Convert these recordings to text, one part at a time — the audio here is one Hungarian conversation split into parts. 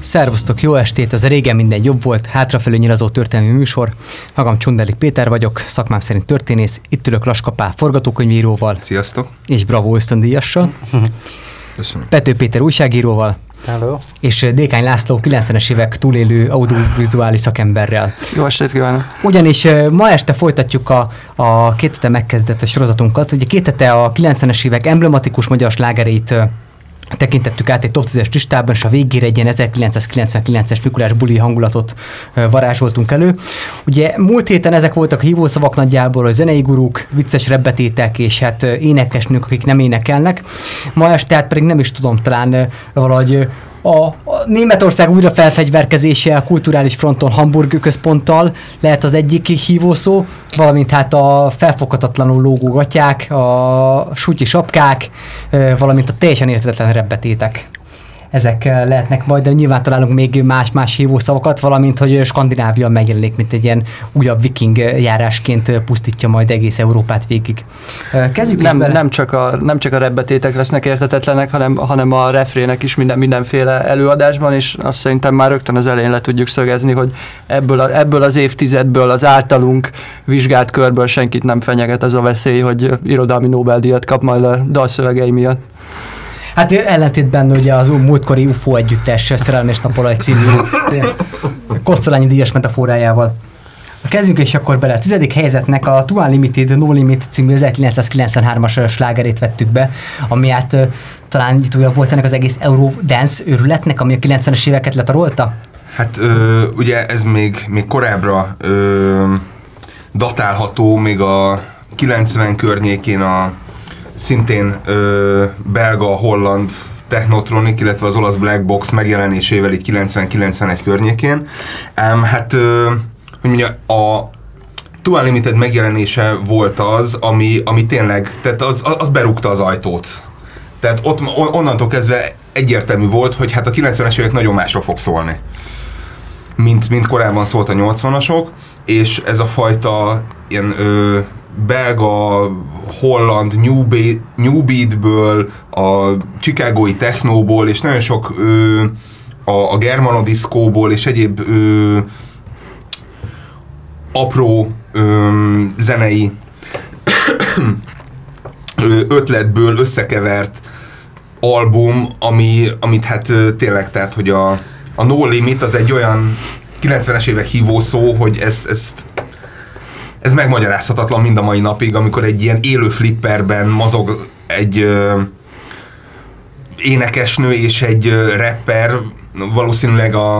Szervusztok, jó estét! Ez a Régen minden jobb volt, hátrafelé nyilazó történelmi műsor. Magam Csundelik Péter vagyok, szakmám szerint történész. Itt ülök Laska Pál forgatókönyvíróval. Sziasztok! És Bravo ösztöndíjassal. Köszönöm. Pető Péter újságíróval. Hello. És Dékány László 90-es évek túlélő audiovizuális szakemberrel. Jó estét kívánok! Ugyanis ma este folytatjuk a két hete megkezdett sorozatunkat. Ugye két hete a 90-es évek emblematikus magyar slágereit tekintettük át egy top 10-es listában, és a végére egy ilyen 1999-es Mikulás buli hangulatot varázsoltunk elő. Ugye múlt héten ezek voltak a hívószavak nagyjából, hogy zenei gurúk, vicces rebbetétek, és hát énekesnők, akik nem énekelnek. Ma este hát pedig nem is tudom, talán valahogy a Németország újra felfegyverkezése a kulturális fronton Hamburg központtal lehet az egyik hívószó, valamint hát a felfoghatatlanul lógó gatyák, a sutyi sapkák, valamint a teljesen érthetetlen rebbetétek. Ezek lehetnek majd, de nyilván találunk még más hívószavakat, valamint, hogy Skandinávia megjelenik, mint egy ilyen újabb viking járásként pusztítja majd egész Európát végig. Kezdjük nem csak a rebbetétek lesznek érthetetlenek, hanem a refrének is mindenféle előadásban, és azt szerintem már rögtön az elején le tudjuk szögezni, hogy ebből az évtizedből, az általunk vizsgált körből senkit nem fenyeget az a veszély, hogy irodalmi Nobel-díjat kap majd a dalszövegei miatt. Hát ellentétben ugye az múltkori UFO együttes Szerelem és Napolaj című Kosztolányi díjas metaforájával. Kezdjünk és akkor bele. A 10. helyzetnek a Too Unlimited No Limit című 1993-as slágerét vettük be, ami hát talán nyitója volt ennek az egész Eurodance őrületnek, ami a 90-es éveket letarolta? Hát ugye ez még korábbra datálható, még a 90 környékén a szintén belga-holland Technotronic, illetve az olasz Black Box megjelenésével itt 90-91 környékén. Hát, hogy mondja, a Too Unlimited megjelenése volt az, ami tényleg, tehát az berúgta az ajtót. Tehát ott onnantól kezdve egyértelmű volt, hogy hát a 90-es évek nagyon másról fog szólni, mint korábban szólt a 80-asok, és ez a fajta ilyen belga, holland, new beatből, a chicagói technóból, és nagyon sok a germanodiszkóból, és egyéb apró zenei ötletből összekevert album, amit hát tényleg, tehát, hogy a No Limit az egy olyan 90-es évek hívószó, hogy ez megmagyarázhatatlan mind a mai napig, amikor egy ilyen élő flipperben mozog egy énekesnő és egy rapper, valószínűleg a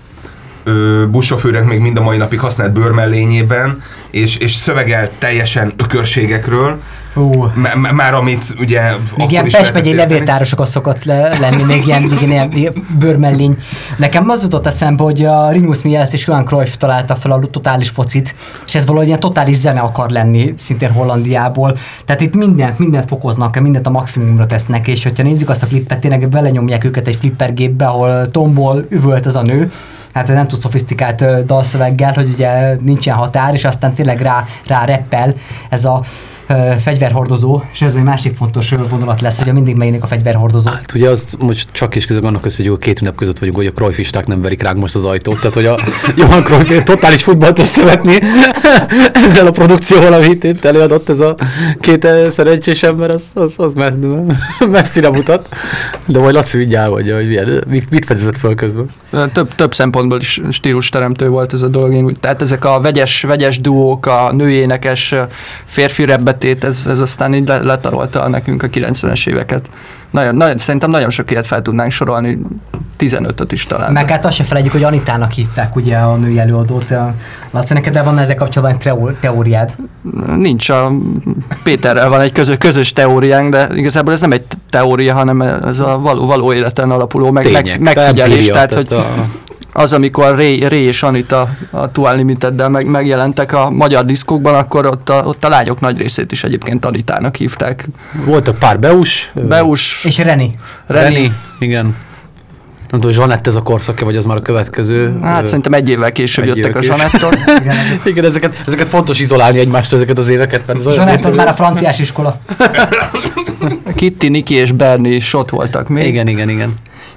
buszsofőrök még mind a mai napig használt bőrmellényében, és szövegel teljesen ökörségekről, már amit ugye még ilyen Pest megyei levéltárosok az szokott lenni, még ilyen bőrmellény. Nekem az jutott eszembe, hogy a Rinus Michels és Johan Cruyff találta fel a totális focit, és ez valahogy ilyen totális zene akar lenni, szintén Hollandiából. Tehát itt mindent fokoznak, mindent a maximumra tesznek, és hogyha nézzük azt a klippet, tényleg belenyomják őket egy flippergépbe, ahol tombol üvölt ez a nő, hát nem túl szofisztikált dalszöveggel, hogy ugye nincsen határ, és aztán tényleg rá reppel ez a fegyverhordozó, és ez egy másik fontos vonulat lesz, hogy mindig megjelenik a fegyverhordozó. Hát ugye az most csak és közben annak össze, hogy két ünnep között vagyunk, hogy a Cruyffisták nem verik ránk most az ajtót, tehát hogy a Johan Cruyff totális futballt összevetni ezzel a produkcióval, amit itt előadott ez a két szerencsés ember, az messzire mutat. De majd Laci így elmondja, hogy mit fedezett fel közben. Több szempontból is stílusteremtő volt ez a dolog. Tehát ezek a vegyes duók, a női énekes férfi rebbet, ez aztán így letarolta nekünk a 90-es éveket. Szerintem nagyon sok ilyet fel tudnánk sorolni, 15-öt is talán. Meg hát azt se felejtjük, hogy Anitának hívták ugye a női előadót. Laci, neked van ezzel kapcsolatban teóriád? Nincs. Péterrel van egy közös teóriánk, de igazából ez nem egy teória, hanem ez a való életen alapuló megfigyelés. Tehát, hogy az, amikor Ray és Anita a Too Unlimited-del megjelentek a magyar diszkókban, akkor ott a lányok nagy részét is egyébként Anitának hívták. Voltak pár Beus. És Reni, igen. Nem tudom, Zsanett ez a korszakja, vagy az már a következő? Hát szerintem egy évvel később jöttek a Zsanettól. Igen, ezeket fontos izolálni egymástól, ezeket az éveket. Zsanett az már a franciás iskola. Kitty, Niki és Bernie is ott voltak még. Igen.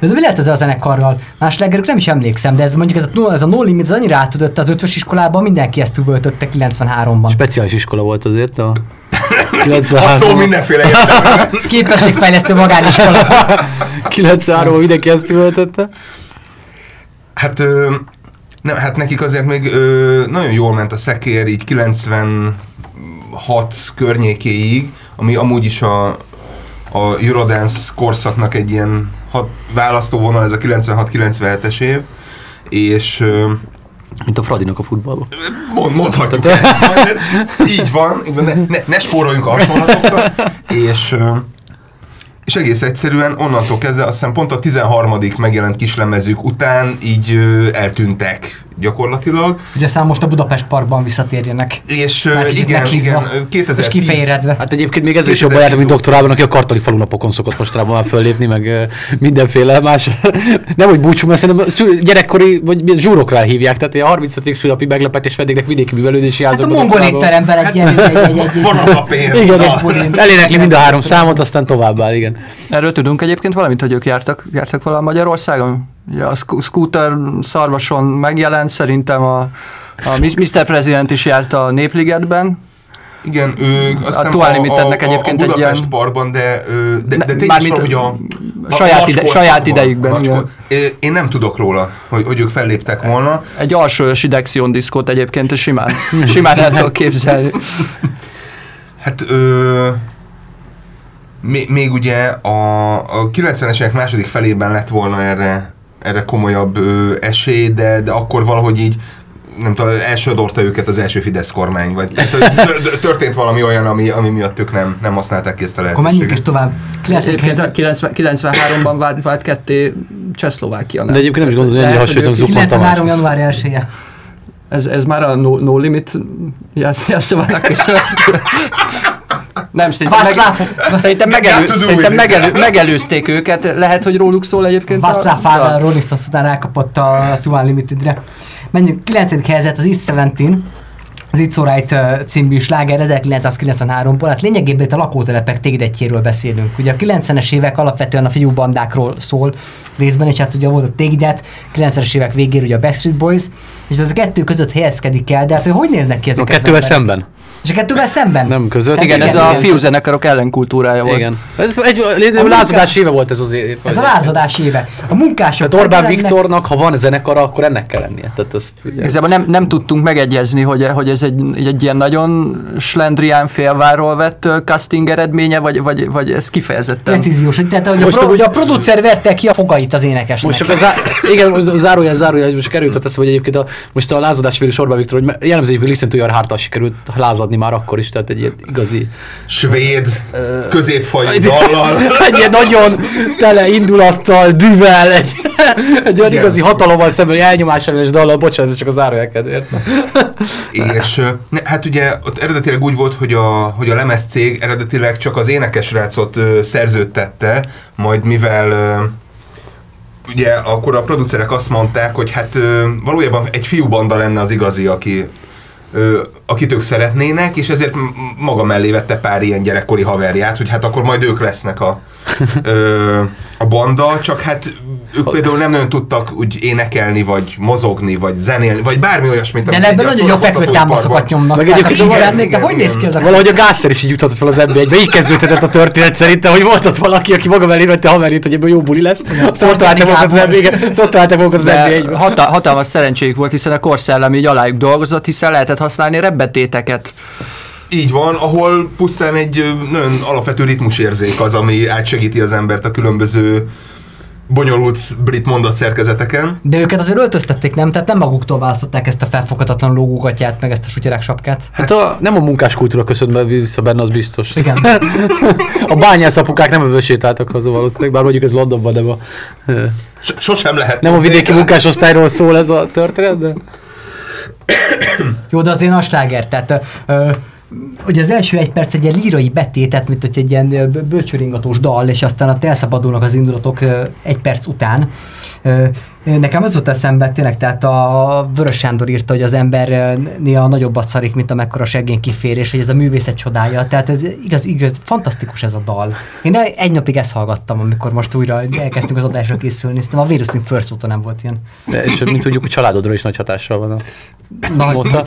De ez mi lehet ezzel a zenekarral? Más slágerük nem is emlékszem, de ez mondjuk ez a No Limit, ez annyira átütötte az 5-ös iskolában, mindenki ezt üvöltötte 93-ban. Speciális iskola volt azért a 93. A szó mindenféle értelme. Képességfejlesztő magániskola. 93-ban mindenki ezt üvöltötte. Hát, hát nekik azért még nagyon jól ment a szekér, így 96 környékéig, ami amúgy is a Eurodance korszaknak egy ilyen választóvonal, ez a 96-97-es év, és... Mint a Fradinak a futballban. Mondhatjuk ezt. Így van, ne spóroljunk a hasonlatokra, és egész egyszerűen onnantól kezdve, azt hiszem pont a 13. megjelent kislemezük után így eltűntek gyakorlatilag. Ugye aztán most a Budapest Parkban visszatérjenek. És igen, 2010. És kifehéredve. Hát egyébként még ez is jobban járt, mint Dr. Ában, aki a Kartali falunapokon szokott mostanában már föllépni, meg mindenféle más. Nem, hogy búcsú, mert szerintem gyerekkori, vagy zsúrokra hívják, tehát a 35. szülnapi meglepetés vendégnek vidéki művelődési házakban. Hát a mongol étteremben egy ilyen... Van az a pénz. Igen, elénekli mind a 3 számot, aztán továbbá, igen. Erről tudunk egyébként valamit, hogy ők jártak valahol Magyarországon? Ja, a Scooter Szarvason megjelent, szerintem a Mr. President is járt a Népligetben. Igen, ők azt hiszem a egyébként a Budapest Parkban, de tényleg hogy a saját idejükben. Én nem tudok róla, hogy ők felléptek volna. Egy alsóösi Dexion diszkót egyébként simán el tudok képzelni. Hát még ugye a 90-es évek második felében lett volna erre komolyabb esély, de akkor valahogy így nem tudom, elsodorta őket az első Fidesz kormány, vagy történt valami olyan, ami miatt ők nem használták ki ezt a lehetőséget. Akkor menjünk is tovább. 93-ban vált ketté Csehszlovákia. De egyébként nem is gondolom, hogy ennyire hasonlítom Zupan Tamás. 93. január 1-je. Ez már a No Limit játszóvának köszönhető. Nem, szerintem megelőzték őket. Lehet, hogy róluk szól egyébként. Václav Havel Rolling Stones után rákapott a Too Unlimitedre. Menjünk, 9. helyzet az East 17, az It's Alright című sláger 1993-ból. Hát lényegében itt a lakótelepek tégdetjéről beszélünk. Ugye a 90-es évek alapvetően a fiúbandákról szól részben, és hát ugye volt a Tégdet, 90-es évek végéről ugye a Backstreet Boys, és az a kettő között helyezkedik el, de hát hogy néznek ki ezek? A kettővel szemben? És a kettővel szemben? Nem között. Hát igen, ez a fiúzenekarok ellenkultúrája volt. Igen. Ez egy lázadás éve volt ez az év. Ez a lázadás éve. A munkások... Tehát Orbán Viktornak, ha van zenekara, akkor ennek kell lennie. Tehát azt, igazából nem tudtunk megegyezni, hogy ez egy ilyen nagyon slendrián félváról vett casting eredménye, vagy ez kifejezetten... Precíziós, tehát hogy a producer verte ki a fogait az énekesnek. Most csak igen, zárójel, most került a tesz, hogy egyébként most a lázadás végül is Orbán Viktor, hogy jellemző egyébként Listen to Your Heart-tal sikerült lázadni már akkor is, tehát egy ilyen igazi... Svéd, középfajú dallal. Egy ilyen nagyon tele indulattal, düvel, egy olyan igazi hatalommal szemben, hogy elnyomás ellenes dallal, bocsánat, ez csak az zárójel kedvéért. És hát ugye ott eredetileg úgy volt, hogy a lemezcég eredetileg csak az énekesrácot szerződtette, majd mivel... Ugye akkor a producerek azt mondták, hogy hát valójában egy fiúbanda lenne az igazi, akit ők szeretnének, és ezért maga mellé vette pár ilyen gyerekkori haverját, hogy hát akkor majd ők lesznek a banda, csak hát ők például nem nagyon tudtak úgy énekelni, vagy mozogni, vagy zenélni, vagy bármi olyasmit. De ebben nagyon jó fekvő támaszokat nyomnak. Meg egyébként de hogy néz ki ez a... Valahogy a Gászer is így juthatott fel az NB1-be, így kezdődhetett a történet szerintem, hogy volt ott valaki, aki maga mellé vette a haverjét, hogy ebből jó buli lesz. Aztán ott találták magukat az NB1-be. Hatalmas szerencséjük volt, hiszen a korszellem így alájuk dolgozott, hiszen lehetett használni rebbetéteket. Így van, ahol pusztán egy nagyon alapvető ritmusérzék az, ami átsegíti az embert a különböző bonyolult brit mondatszerkezeteken. De őket azért öltöztették, nem? Tehát nem maguktól választották ezt a felfoghatatlan lógógatját, meg ezt a sutyerák sapkát. Hát nem a munkáskultúra köszönt vissza benne, az biztos. Igen. A bányászapukák nem ebből sétáltak haza valószínűleg, bár mondjuk ez Londonban, de sosem lehet. Nem a vidéki munkásosztályról szól ez a történet, de... Jó, de azért a sláger, tehát hogy az első egy perc egy ilyen lírai betétet, mint hogy egy ilyen bölcsőringatós dal, és aztán elszabadulnak az indulatok egy perc után. Nekem az volt eszembe tényleg, tehát a Vörös Sándor írta, hogy az ember néha nagyobbat szarik, mint amekkora seggén kifér, és hogy ez a művészet csodája. Tehát ez igaz, fantasztikus ez a dal. Én egy napig ezt hallgattam, amikor most újra elkezdtünk az adásra készülni. Szerintem a Virusing First óta nem volt ilyen. De, és mint tudjuk, a családodra is nagy hatással van a Nagy.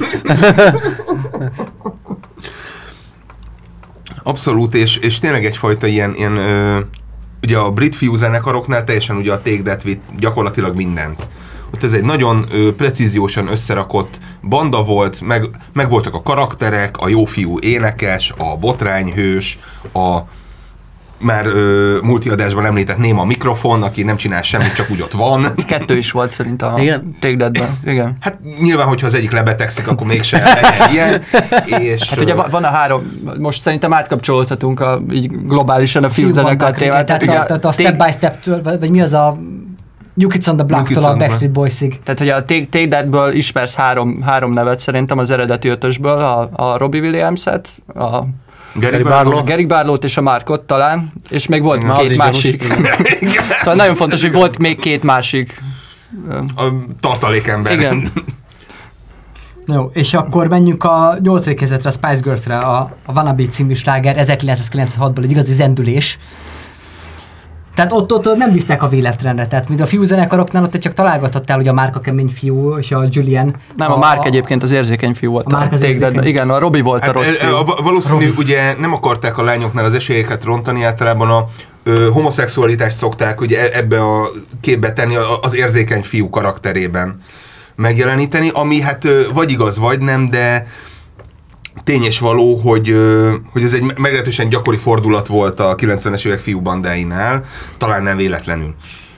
Abszolút, és tényleg egyfajta ilyen ugye a brit fiú zenekaroknál teljesen ugye a Take That vitt gyakorlatilag mindent. Ott ez egy nagyon precíziósan összerakott banda volt, meg voltak a karakterek, a jó fiú énekes, a botrányhős, a már multiadásban említett néma mikrofon, aki nem csinál semmit, csak úgy ott van. 2 is volt szerintem a Take That-ben. Igen. Hát nyilván, hogyha az egyik lebetegszik, akkor mégsem legyen ilyen. És, hát ugye van a 3, most szerintem átkapcsolódhatunk így globálisan a fiú zenekar témát. Tehát a Step by Step-től, vagy mi az a New Kids on the Block-tól a Backstreet Boys-ig. Tehát, hogy a Take That-ből ismersz 3 nevet szerintem az eredeti 5-ösből, a Robbie Williams-et, a Gary Barlow-t és a Markot talán, és még volt 2 másik. Szóval nagyon fontos, hogy volt még 2 másik. A tartalékember. Igen. Jó, és akkor menjünk a 8. kezdetre, a Spice Girls-re, a Wannabe című sláger 1996-ból, egy igazi zendülés. Tehát ott nem bízták a véletlenre, tehát mint a fiúzenekaroknál ott csak találgathattál, hogy a Márk a kemény fiú, és a Julian. Nem, a Márk egyébként az érzékeny fiú volt. A Márk az érzékeny. Igen, a Robi volt a rossz fiú. Valószínű, ugye nem akarták a lányoknál az esélyeket rontani, általában a homoszexualitást szokták ugye ebbe a képbe tenni az érzékeny fiú karakterében megjeleníteni, ami hát vagy igaz, vagy nem, de tény és való, hogy ez egy meglehetősen gyakori fordulat volt a 90-es évek fiúbandáinál, talán nem véletlenül.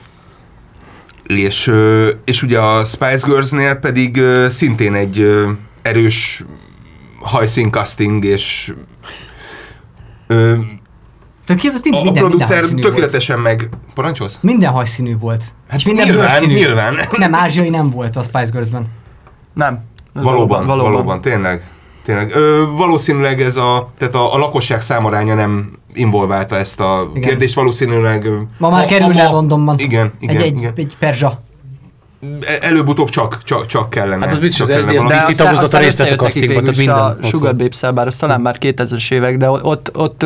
És ugye a Spice Girls-nél pedig szintén egy erős hajszínkaszting, és a producer tökéletesen meg... Parancsolsz? Minden hajszínű volt. Hát nyilván. Nem, ázsiai nem volt a Spice Girls-ben. Nem. Valóban, tényleg. Valószínűleg tehát a lakosság számaránya nem involválta ezt a kérdést, valószínűleg... Ma már kerülne Londonban. Igen. Egy perzsa. Előbb-utóbb csak kellene. Hát az biztos, az SZDSZ tagozata részt vett a castingban, tehát minden. A Sugar Babes-szel, bár az talán már 2000-es évek, de ott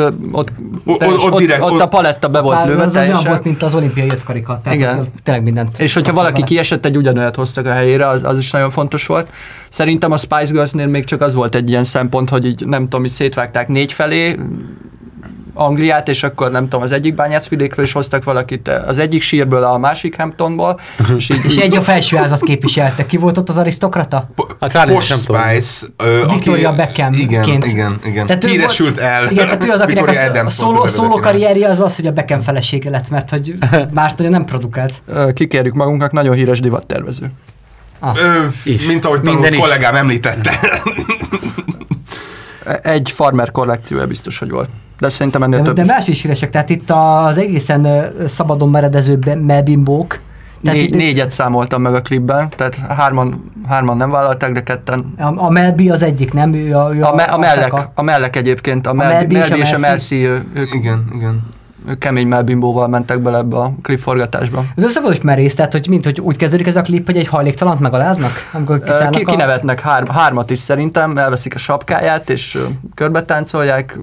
a paletta be volt lőve teljesen. Az olyan volt, mint az olimpiai 5 karika, tehát tényleg mindent. És hogyha valaki kiesett, egy ugyanolyat hoztak a helyére, az is nagyon fontos volt. Szerintem a Spice Girls-nél még csak az volt egy ilyen szempont, hogy így nem tudom, így szétvágták 4 felé Angliát, és akkor nem tudom, az egyik bányászvidékről is hoztak valakit, az egyik sírből, a másik Hamptonból. És egy a felsőházat képviselte. Ki volt ott az arisztokrata? Posh Spice. Victoria Beckhamként. Igen. Híresült el. Igen, tehát ő az, akinek a szóló karrierje az, hogy a Beckham felesége lett, mert hogy más nagyon nem produkált. Kikérjük magunknak, nagyon híres divattervező. Mint ahogy tanult kollégám említette. Egy farmer kollekciója biztos, hogy volt. De szerintem ennél több. De más is híresek, tehát itt az egészen szabadon meredező melbimbók. 4-et számoltam meg a klipben, tehát hárman nem vállalták, de 2. A Melbi az egyik, nem? Ő a mellek egyébként, a Melbi és a Mercy. Igen. Ők kemény melbimbóval mentek bele ebbe a klip forgatásba. Ez szabad is merész, tehát hogy mint hogy úgy kezdődik ez a klip, hogy egy hajléktalant megaláznak? Kinevetnek 3 is szerintem, elveszik a sapkáját és körbe táncolják.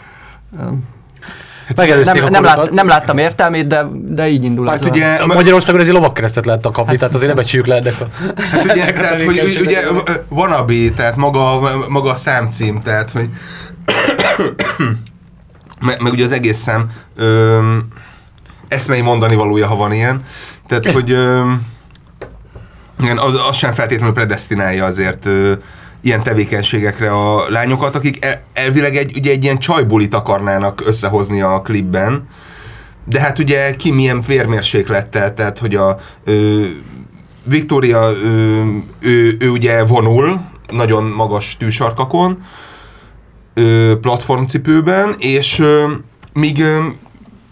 Nem láttam értelmét, de így indul. Hát ugye Magyarországon ezért lovakkeresztet lehet kapni, tehát azért ne becsüljük le ennek a... Hát ugye, tehát, hogy ugye Wannabe, tehát maga a számcím, tehát hogy meg ugye az egész szám eszmei mondani valója, ha van ilyen. Tehát, hogy az sem feltétlenül predesztinálja azért ilyen tevékenységekre a lányokat, akik elvileg egy ilyen csajbulit akarnának összehozni a klipben. De hát ugye ki milyen vérmérséklettel, tehát hogy a Victoria, ő ugye vonul, nagyon magas tűsarkakon, platformcipőben, és míg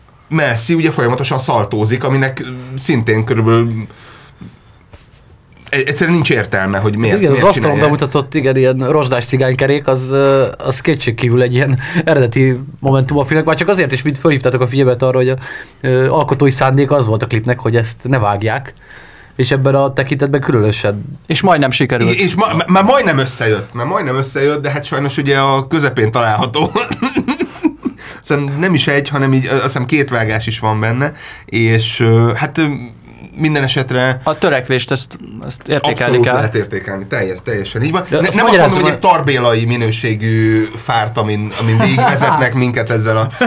Mercy ugye folyamatosan szaltózik, aminek szintén körülbelül egyszerűen nincs értelme, hogy miért. Igen, miért az asztalon bemutatott, ilyen rozsdás cigánykerék, az kétségkívül egy ilyen eredeti momentum a filmnek, már csak azért is, mint felhívtátok a figyelmet arra, hogy a alkotói szándék az volt a klipnek, hogy ezt ne vágják. És ebben a tekintetben különösen. És majdnem sikerült. És már majdnem összejött, de hát sajnos ugye a közepén található. Aztán nem is egy, hanem így, azt hiszem 2 vágás is van benne, és hát minden esetre... A törekvést ezt értékelni abszolút kell. Lehet értékelni, teljesen így van. Nem azt mondom, hogy egy tarbélai minőségű fárt, amin végigvezetnek minket ezzel a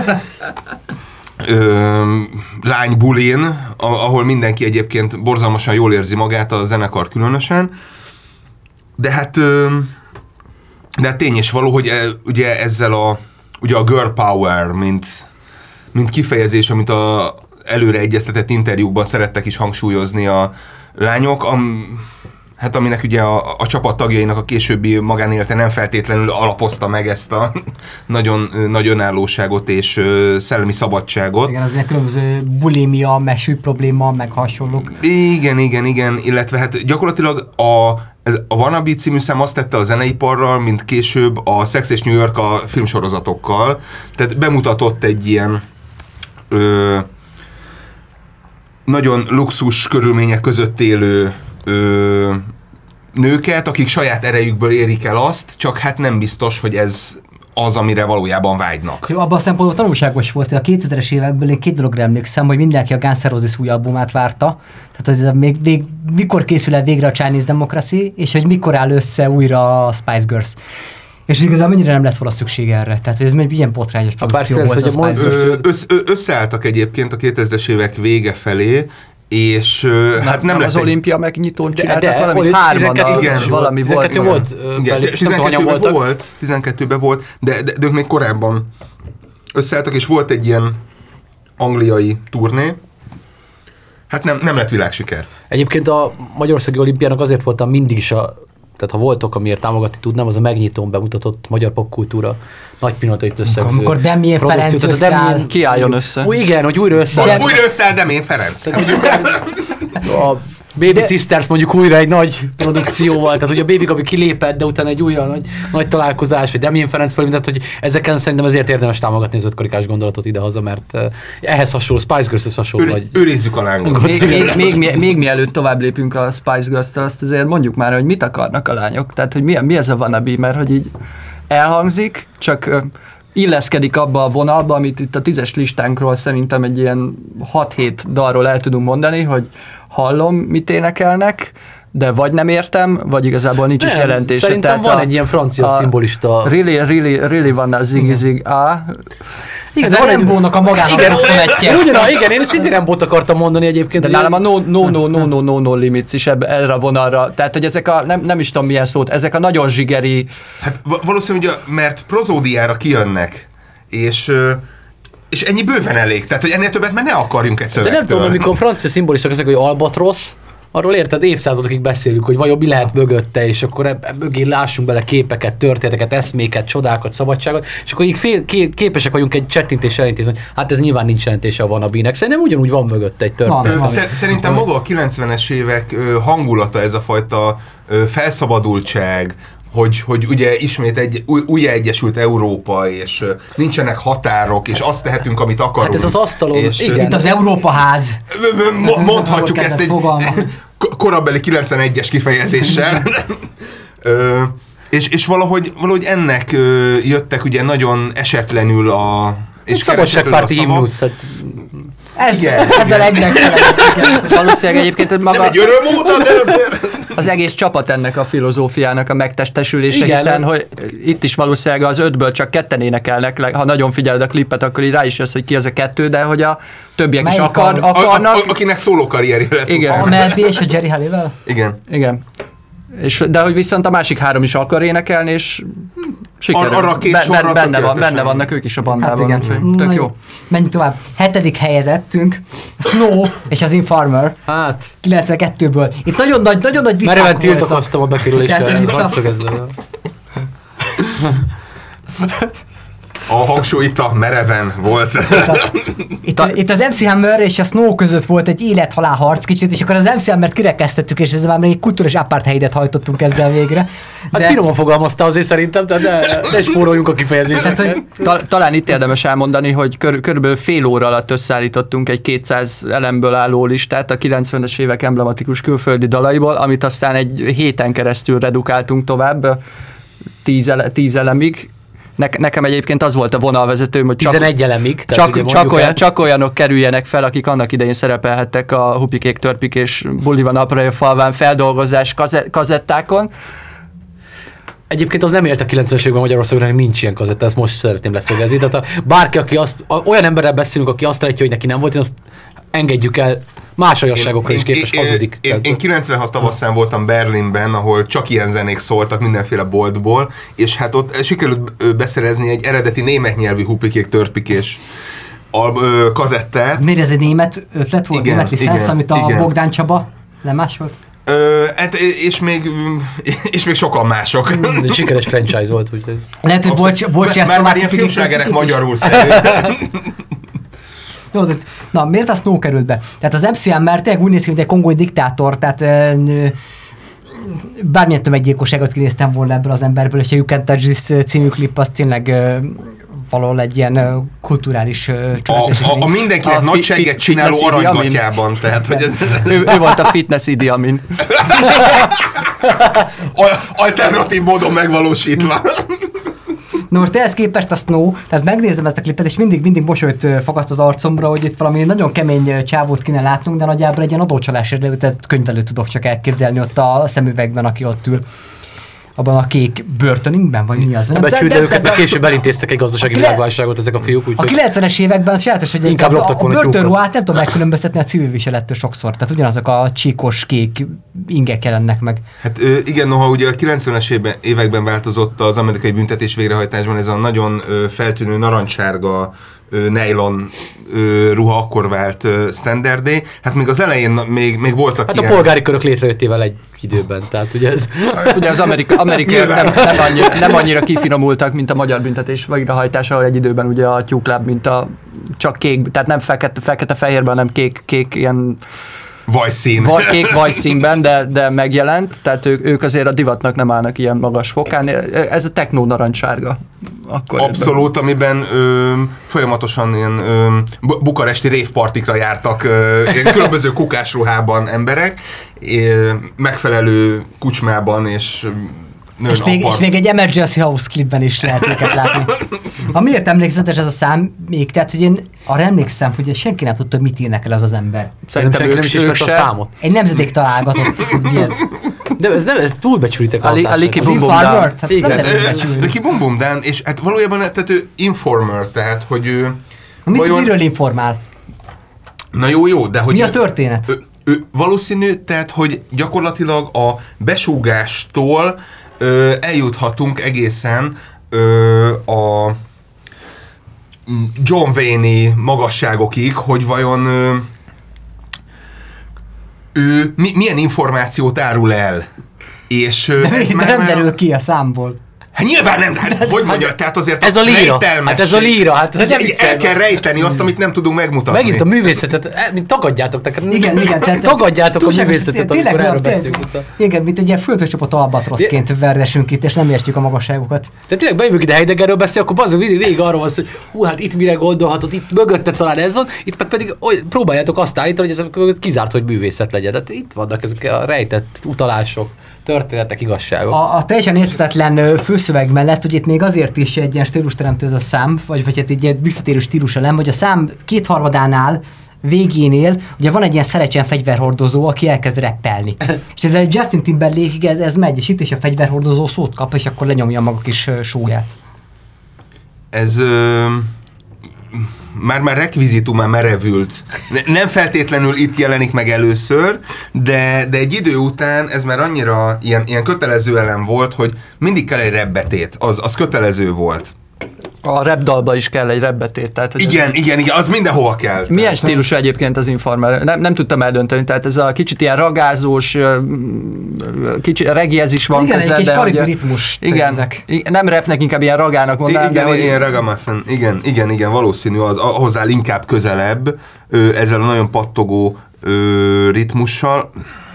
lánybulin, ahol mindenki egyébként borzalmasan jól érzi magát, a zenekar különösen. De hát tény és való, hogy ugye ezzel ugye a girl power, mint kifejezés, amit a előre egyeztetett interjúkban szerettek is hangsúlyozni a lányok, hát aminek ugye a csapat tagjainak a későbbi magánélete nem feltétlenül alapozta meg ezt a nagyon nagy önállóságot és szellemi szabadságot. Igen, azért különböző bulimia, mesű probléma, meg hasonlók. Igen, illetve hát gyakorlatilag a Wannabe című szám azt tette a zeneiparral, mint később a Sex és New York a filmsorozatokkal. Tehát bemutatott egy ilyen nagyon luxus körülmények között élő nőket, akik saját erejükből érik el azt, csak hát nem biztos, hogy ez az, amire valójában vágynak. Jó, abban a szempontból tanulságos volt, hogy a 2000-es évekből én 2 dologra emlékszem, hogy mindenki a Guns N' Roses új albumát várta, tehát hogy még mikor készül el végre a Chinese Democracy, és hogy mikor áll össze újra a Spice Girls. És igazán mennyire nem lett volna szükség erre. Tehát ez egy ilyen botrányos produkció volt a Spice Girls. Összeálltak egyébként a 2000-es évek vége felé, és hát nem lett az olimpia megnyitón csináltak valamit, 3-an valami volt. 12-ben volt, de ők még korábban összeálltak, és volt egy ilyen angliai turné. Hát nem lett világsiker. Egyébként a Magyarországi Olimpiának azért voltam mindig is tehát ha voltok, amiért támogatni tudnám, az a megnyitón bemutatott magyar popkultúra nagy pillanatait összegző. Amikor Demjén Ferenc összeáll. Kiálljon össze. Igen, hogy újra összeáll. Újra összeáll Demjén Ferenc. A Baby Sisters mondjuk újra egy nagy produkcióval, tehát hogy a Baby Gabi kilépett, de utána egy újabb nagy találkozás, vagy Demjén Ferenc valami, tehát hogy ezeken szerintem ezért érdemes támogatni az 5 karikás gondolatot idehaza, mert ehhez hasonló, Spice Girls-hez hasonló. Őrizzük a lángot. Még mielőtt tovább lépünk a Spice Girls-től, azt azért mondjuk már, hogy mit akarnak a lányok, tehát hogy mi ez a wannabe, mert hogy így elhangzik, csak illeszkedik abba a vonalba, amit itt a 10-es listánkról szerintem egy ilyen 6-7 dalról el tudunk mondani, hogy hallom, mit énekelnek, de vagy nem értem, vagy igazából nincs is jelentése. Szerintem van egy ilyen francia szimbolista. Really van a zig a. Igen, ez a Rembónak a magának szóletje. Igen, én szintén Rembót akartam mondani egyébként. De nálam a no limits is erre a vonalra. Tehát, hogy ezek a, nem is tudom milyen szót, ezek a nagyon zsigeri... Hát valószínűleg, mert prozódiára kijönnek, és ennyi bőven elég. Tehát, hogy ennél többet már ne akarjunk egy szövegtől. De nem tudom, amikor francia szimbolisták ezek, hogy albatrosz, arról érted, évszázadokig beszélünk, hogy vajon mi lehet mögötte, és akkor mögé lássunk bele képeket, történeteket, eszméket, csodákat, szabadságot, és akkor így képesek vagyunk egy csettintéssel elintézni, hogy hát ez nyilván nincs jelentése a Wannabe-nek. Szerintem ugyanúgy van mögötte egy történet. Szerintem maga a 90-es évek hangulata, ez a fajta felszabadultság, hogy ugye ismét újra egyesült Európa, és nincsenek határok, és azt tehetünk, amit akarunk. Hát ez az asztalon, igen. Itt az Európa ház. Mondhatjuk ezt egy korabeli 91-es kifejezéssel. és valahogy ennek jöttek ugye nagyon esetlenül és szabadságpárti himnusz. Ez a legmegfelelőbb. Valószínűleg egyébként maga... Nem egy örömóta, de azért... Az egész csapat ennek a filozófiának a megtestesülése, hiszen hogy itt is valószínűleg az 5-ből csak 2 énekelnek, ha nagyon figyeled a klippet, akkor így rá is jössz, hogy ki az a 2, de hogy a többiek melyik is akarnak. Akinek szólókarrierje lett. Igen. A Melby és a Jerry Halliwell? Igen. De hogy viszont a másik 3 is akar énekelni, és sikerül. Arra két sorra benne vannak ők is a bandában. Hát igen. Tök jó. Menjünk tovább. 7. helyezettünk, Snow és az Informer. Hát. 92-ből. Itt nagyon nagy viták mereven tiltakoztam a bekerülésre. A hangsúly itt a mereven volt. Itt az MC Hammer és a Snow között volt egy élet-halál harc kicsit, és akkor az MC Hammert kirekesztettük, és ezzel már egy kulturális apartheidet hajtottunk ezzel végre. Hát finoman fogalmazta azért szerintem, tehát ne spóroljunk a kifejezéseket. Talán itt érdemes elmondani, hogy körülbelül fél óra alatt összeállítottunk egy 200 elemből álló listát a 90-es évek emblematikus külföldi dalaiból, amit aztán egy héten keresztül redukáltunk tovább, 10 elemig. Nekem egyébként az volt a vonalvezetőm, hogy 11 elemig. Csak olyanok kerüljenek fel, akik annak idején szerepelhettek a Hupikék, Törpik és Buli van Apra falván feldolgozás kazettákon. Egyébként az nem élt a 90-es években Magyarországon, hogy nincs ilyen kazetta, ezt most szeretném leszögezni. Tehát bárki, aki olyan emberrel beszélünk, aki azt állítja, hogy neki nem volt, én azt engedjük el, más olyasságokra is képes hazudik. Én 96 tavaszán voltam Berlinben, ahol csak ilyen zenék szóltak mindenféle boltból, és hát ott sikerült beszerezni egy eredeti német nyelvű Hupikék, Törpikés kazettát. Miért ez egy német ötlet volt, német licensz, amit a Bogdán Csaba lemásolt? És még sokan mások. Ez egy sikeres franchise volt. Úgyhogy. Lehet, hogy már ilyen filmslágerek magyarul szerintem. Na, miért a Snow került be? Tehát az MC Hammer tényleg úgy néz ki, mint egy kongói diktátor, tehát bármilyen tömeggyilkosságot kinéztem volna ebből az emberből, hogyha You Can't Touch This című klip, az tényleg valahol egy ilyen kulturális a mindenkinek nagy segget csináló aranygatjában, tehát hogy ez... ő volt a fitness Idi Amin. Alternatív módon megvalósítva. Na most ehhez képest a Snow, tehát megnézem ezt a klipet, és mindig mosolyt fakaszt az arcomra, hogy itt valami nagyon kemény csávót kéne látnunk, de nagyjából egy ilyen adócsalásért leültett könyvelőt tudok csak elképzelni ott a szemüvegben, aki ott ül. Abban a kék börtönünkben, vagy mi az? Becsülde őket, később elintéztek egy gazdasági világválságot ezek a fiúk. A 90-es években sajátos, hogy a börtönruhát nem tudom megkülönböztetni a civil viselettől sokszor. Tehát ugyanazok a csíkos kék ingek jelennek meg. Hát igen, noha ugye a 90-es években változott az amerikai büntetés végrehajtásban ez a nagyon feltűnő narancssárga nylon ruha akkor vált standardé. Hát még az elején még voltak hát ilyen... a polgári körök létrejöttével egy időben, tehát ugye ez... Ugye az amerikaiak nem annyira kifinomultak, mint a magyar büntetés végrehajtása, ahol egy időben ugye a tyúkláb, mint a csak kék, tehát nem fekete-fehérben, hanem kék ilyen vajszín. Kék vajszínben, de megjelent, tehát ők azért a divatnak nem állnak ilyen magas fokán. Ez a techno narancssárga. Abszolút, amiben folyamatosan ilyen bukaresti révpartikra jártak ilyen különböző kukásruhában emberek, megfelelő kucsmában és és még egy Emergency House klipben is lehet őket látni. Ha miért emlékezetes ez a szám még? Tehát, hogy én arra emlékszem, hogy senki nem tudta, mit írnek el az az ember. Szerintem ők nem is ismert a számot. Egy nemzedék találgatott, hogy ez. De ez túlbecsülitek a Licky Boom Boom Down. Licky Boom Boom Down, és hát valójában tehát ő informer, tehát, hogy ő... Miről informál? Na jó, de hogy... Mi a történet? Ő valószínű, tehát, hogy gyakorlatilag a besúgástól eljuthatunk egészen a John Wayne-i magasságokig, hogy vajon ő milyen információt árul el. És ez nem derül ki a számból. Hát nyilván nem, hogy mondja, tehát azért ez a líra. Hát ez a líra. Hát el kell rejteni azt, amit nem tudunk megmutatni. Megint a művészetet, mint tagadjátok. Igen. Tagadjátok a művészetet, amikor erről beszélünk. Igen, mint egy ilyen földcsoport albatroszként verdesünk itt, és nem értjük a magasságokat. Tehát tényleg bejövünk ide Heideggerről beszél, akkor az végig arról van, hogy hát itt mire gondolhatod, itt mögötte talán ez van, itt meg pedig próbáljátok azt állítani, hogy ez mögött kizárt, hogy művészet legyen. Tehát itt vannak ezek a rejtett utalások, történetek, igazságok. A teljesen érthetetlen főszöveg mellett, hogy itt még azért is egy ilyen stílusteremtő ez a szám, vagy hát egy ilyen visszatérő stíluselem, hogy a szám kétharmadánál végénél ugye van egy ilyen szerecsen fegyverhordozó, aki elkezd rappelni. És ez egy Justin Timberlake-ig ez megy, és itt is a fegyverhordozó szót kap, és akkor lenyomja maga kis sóját. Ez már rekvizitumán merevült. Nem feltétlenül itt jelenik meg először, de egy idő után ez már annyira ilyen kötelező elem volt, hogy mindig kell egy rebbetét. Az kötelező volt. A rap dalba is kell egy rapbetét. Tehát igen, az mindenhova kell. Milyen stílusú egyébként az Informer? Nem tudtam eldönteni, tehát ez a kicsit ilyen ragázós, kicsit reggae is van közel. Igen, egy kis karibi ritmus. Igen, nem rapnek, inkább ilyen ragának mondanám. Igen, ilyen ragamuffin. Igen, valószínű, az hozzá inkább közelebb, ezzel a nagyon pattogó ritmussal.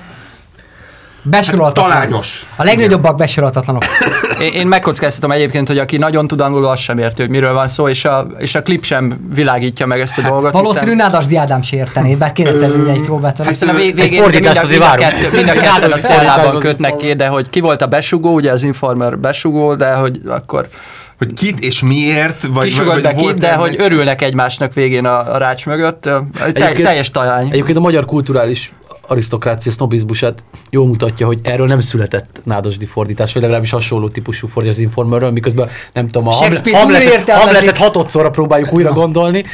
Talányos. A legnagyobbak besorolhatatlanok. Én megkockáztatom egyébként, hogy aki nagyon tud angolul, az sem érti, hogy miről van szó, és a klip sem világítja meg ezt a dolgot. Valószínű Nádasdy Ádám se értené, bár kéne tenni egy próbát. Hiszen a végén mind a ketten a cellában kötnek ki, de hogy ki volt a besugó, ugye az Informer besugó, de hogy akkor... Hogy kit és miért, vagy be kit, de hogy örülnek egymásnak végén a rács mögött. Teljes talány. Egyébként a magyar kulturális arisztokrácia sznobizmusát jól mutatja, hogy erről nem született Nádasdy fordítás, vagy legalábbis hasonló típusú fordítás az Informerről, miközben nem tudom, a Hamletet hatodszorra próbáljuk újra gondolni.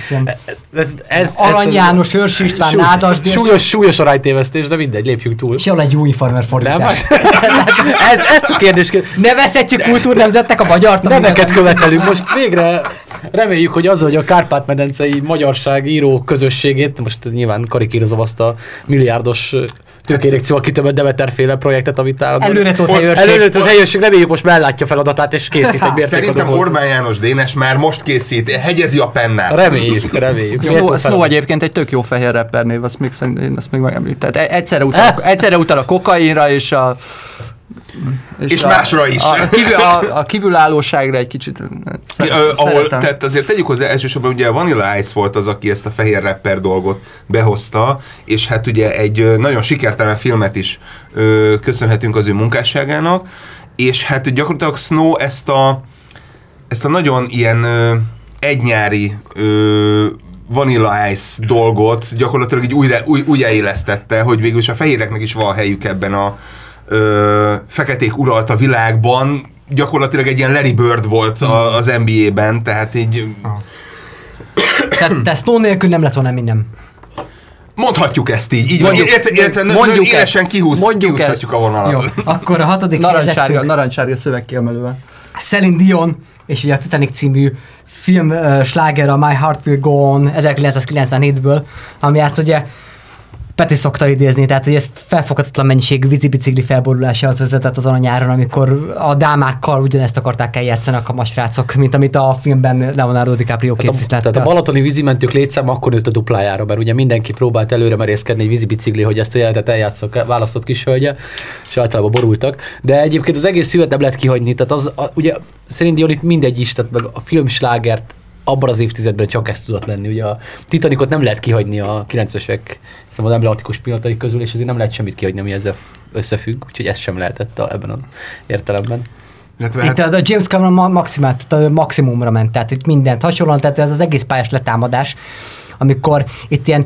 Arany János, Őrs István, Nádasdy. Súlyos aránytévesztés, de mindegy, lépjünk túl. És jól egy jó Informer fordítás. Ezt a kérdést... Nevezhetjük kultúrnemzetnek a magyart. Neveket követelünk. Most végre reméljük, hogy az, hogy a Kárpát-medencei magyarság író közösségét, most nyilván karikírozom azt a milliárdos tőkérekcióval kitömött Demeter-féle projektet, amit előretott helyőrség, reméljük most mellátja feladatát és készít egy mértékadót. Szerintem Orbán János Dénes már most készít, hegyezi a pennát. Reméljük. Snow egyébként egy tök jó fehér rapper név, azt még megemlít. Tehát egyszerre utal a kokainra és és másra is. A kívülállóságra egy kicsit tehát azért tegyük hozzá, elsősorban ugye Vanilla Ice volt az, aki ezt a fehér rapper dolgot behozta, és hát ugye egy nagyon sikertelen filmet is köszönhetünk az ő munkásságának, és hát gyakorlatilag Snow ezt a nagyon ilyen egynyári Vanilla Ice dolgot gyakorlatilag így újraélesztette, hogy végül is a fehéreknek is van helyük ebben a feketék uralta világban, gyakorlatilag egy ilyen Larry Bird volt az NBA-ben, tehát így... Tehát Snow nélkül nem lett volna minden. Mondhatjuk ezt így van. Nagyon élesen kihúzhatjuk a vonalat. Jó, akkor a 6. Narancssárga szövegkiemelővel. Celine Dion, és ugye a Titanic című film sláger, a My Heart Will Go On 1997-ből, ami hát ugye Peti szokta idézni, tehát hogy ez felfoghatatlan mennyiségű vízibicikli felborulásához vezetett azon a nyáron, amikor a dámákkal ugyanezt akarták eljátszanak a masrácok, mint amit a filmben Leonardo DiCaprio képviselt. Tehát a balatoni vízimentők létszám akkor nőtt a duplájára, mert ugye mindenki próbált előre merészkedni egy vízibicikli, hogy ezt a jelenetet eljátszok választott kis hölgye, és általában borultak. De egyébként az egész filmet nem lehet kihagyni, tehát ugye Celine Dion itt mindegy is, tehát meg a filmslágert abban az évtizedben csak ez tudott lenni. Ugye a Titanicot nem lehet kihagyni a 90-esek az emblematikus pillanatai közül, és azért nem lehet semmit kihagyni, ami ezzel összefügg, úgyhogy ez sem lehetett ebben az értelemben. Itt a James Cameron maximumra ment, tehát itt mindent hasonlóan, tehát ez az egész pályás letámadás, amikor itt ilyen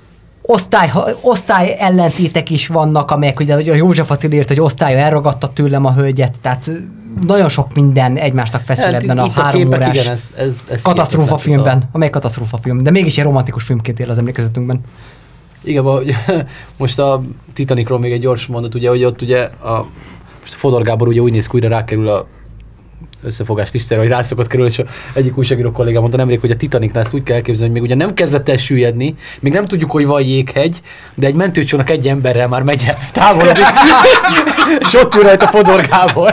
osztály ellentétek is vannak, amelyek ugye a József Attila írt, hogy osztálya elragadta tőlem a hölgyet, tehát nagyon sok minden egymásnak feszül ebben a 3 órás igen, ez katasztrófa filmben, amely katasztrófa film, de mégis egy romantikus filmként él az emlékezetünkben. Igen, most a Titanicról még egy gyors mondat, ugye, hogy ott ugye most Fodor Gábor ugye úgy néz ki, újra rákerül a összefogást Istenre, hogy rászokott kerül, és egyik újságíró kollégám mondta nemrég, hogy a Titanicnál ezt úgy kell elképzelni, hogy még ugye nem kezdett el süllyedni, még nem tudjuk, hogy van jéghegy, de egy mentőcsónak egy emberrel már megy el távolodik, és ott ül rajta Fodor Gábor.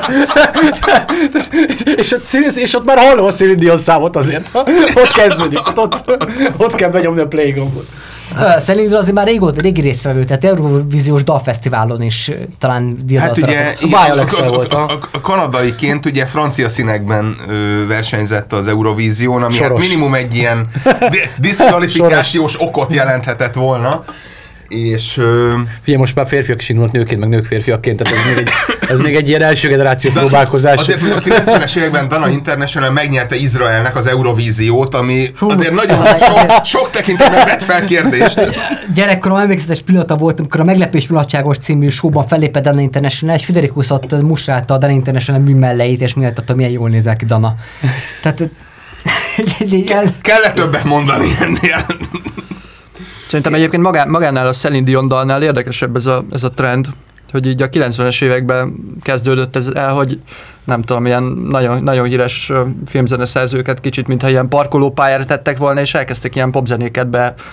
és ott már hallom a Celine Dion számot azért. Ott kezdődik, ott kell benyomni a play gombot. Celine azért már régi résztvevő, tehát Eurovíziós Dalfesztiválon is talán diadalra. Hát ugye volt a kanadaiként ugye francia színekben versenyzett az Eurovízión, ami hát minimum egy ilyen diszkvalifikációs okot jelenthetett volna. És... Figyelj, most már férfiak is indulnak nőként, meg nők férfiakként, tehát ez még egy ilyen első generáció próbálkozás. Azért, hogy a 90-es években Dana International megnyerte Izraelnek az Eurovíziót, ami azért nagyon sok tekintetben vett fel kérdést. Gyerekkorom emlékszetes pillanata volt, amikor a Meglepés Mulatságos című showban fellépett Dana International, és Friderikus ott musrálta a Dana International műmelleiét, és méltatta, milyen jól nézel ki Dana. Tehát... Kellett többet mondani ennél. Szerintem egyébként magánál a Celine Dion dalnál érdekesebb ez a trend, hogy így a 90-es években kezdődött ez el, hogy nem tudom, ilyen nagyon, nagyon híres filmzeneszerzőket kicsit, mintha ilyen parkolópályára tettek volna, és elkezdtek ilyen popzenéket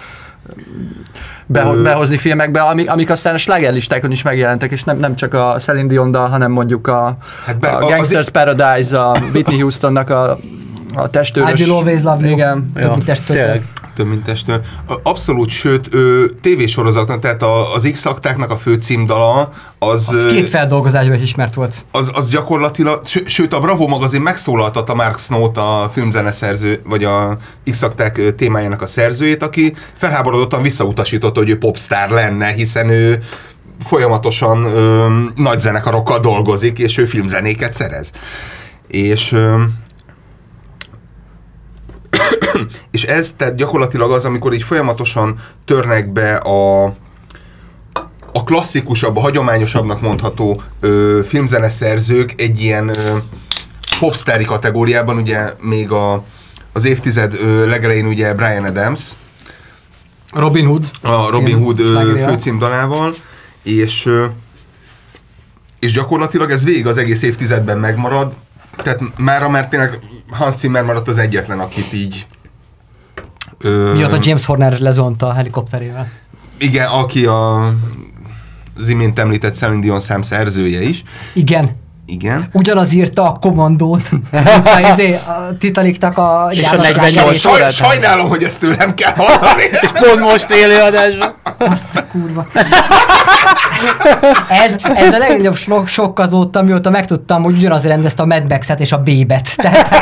behozni filmekbe, amik aztán a slágerlistákon is megjelentek, és nem csak a Celine Dion-dal, hanem mondjuk a Gangster's Paradise, a Whitney Houstonnak a testőrös. I Will Always Love You. Igen. Több mint testőr. Több mint testőr. Abszolút, sőt, tévésorozatnak, tehát az X-aktáknak a főcímdala, az 2 feldolgozásban is ismert volt. Az gyakorlatilag, sőt a Bravo magazin megszólaltatta Mark Snow-t, a filmzeneszerző, vagy a X-akták témájának a szerzőjét, aki felháborodottan visszautasította, hogy ő popstar lenne, hiszen ő folyamatosan nagy zenekarokkal dolgozik, és ő filmzenéket szerez. És ez tehát gyakorlatilag az, amikor így folyamatosan törnek be a klasszikusabb, a hagyományosabbnak mondható filmzeneszerzők egy ilyen popstári kategóriában, ugye még az évtized legelején ugye Bryan Adams, Robin Hood főcímdalával, és gyakorlatilag ez végig az egész évtizedben megmarad, tehát már tényleg Hans Zimmer maradt az egyetlen, akit így... Miatt a James Horner lezont a helikopterével. Igen, aki az imént említett Celine Dion szám szerzője is. Igen. Ugyanaz írta a Kommandót, a Titanicnak a... És a 48 órát. Sajnálom, hogy ezt tőlem kell hallani. És pont most élőadásban. Azt a kurva. Ez a legnagyobb sok azóta, mióta megtudtam, hogy ugyanaz rendezte a Mad Max-et és a Bébet.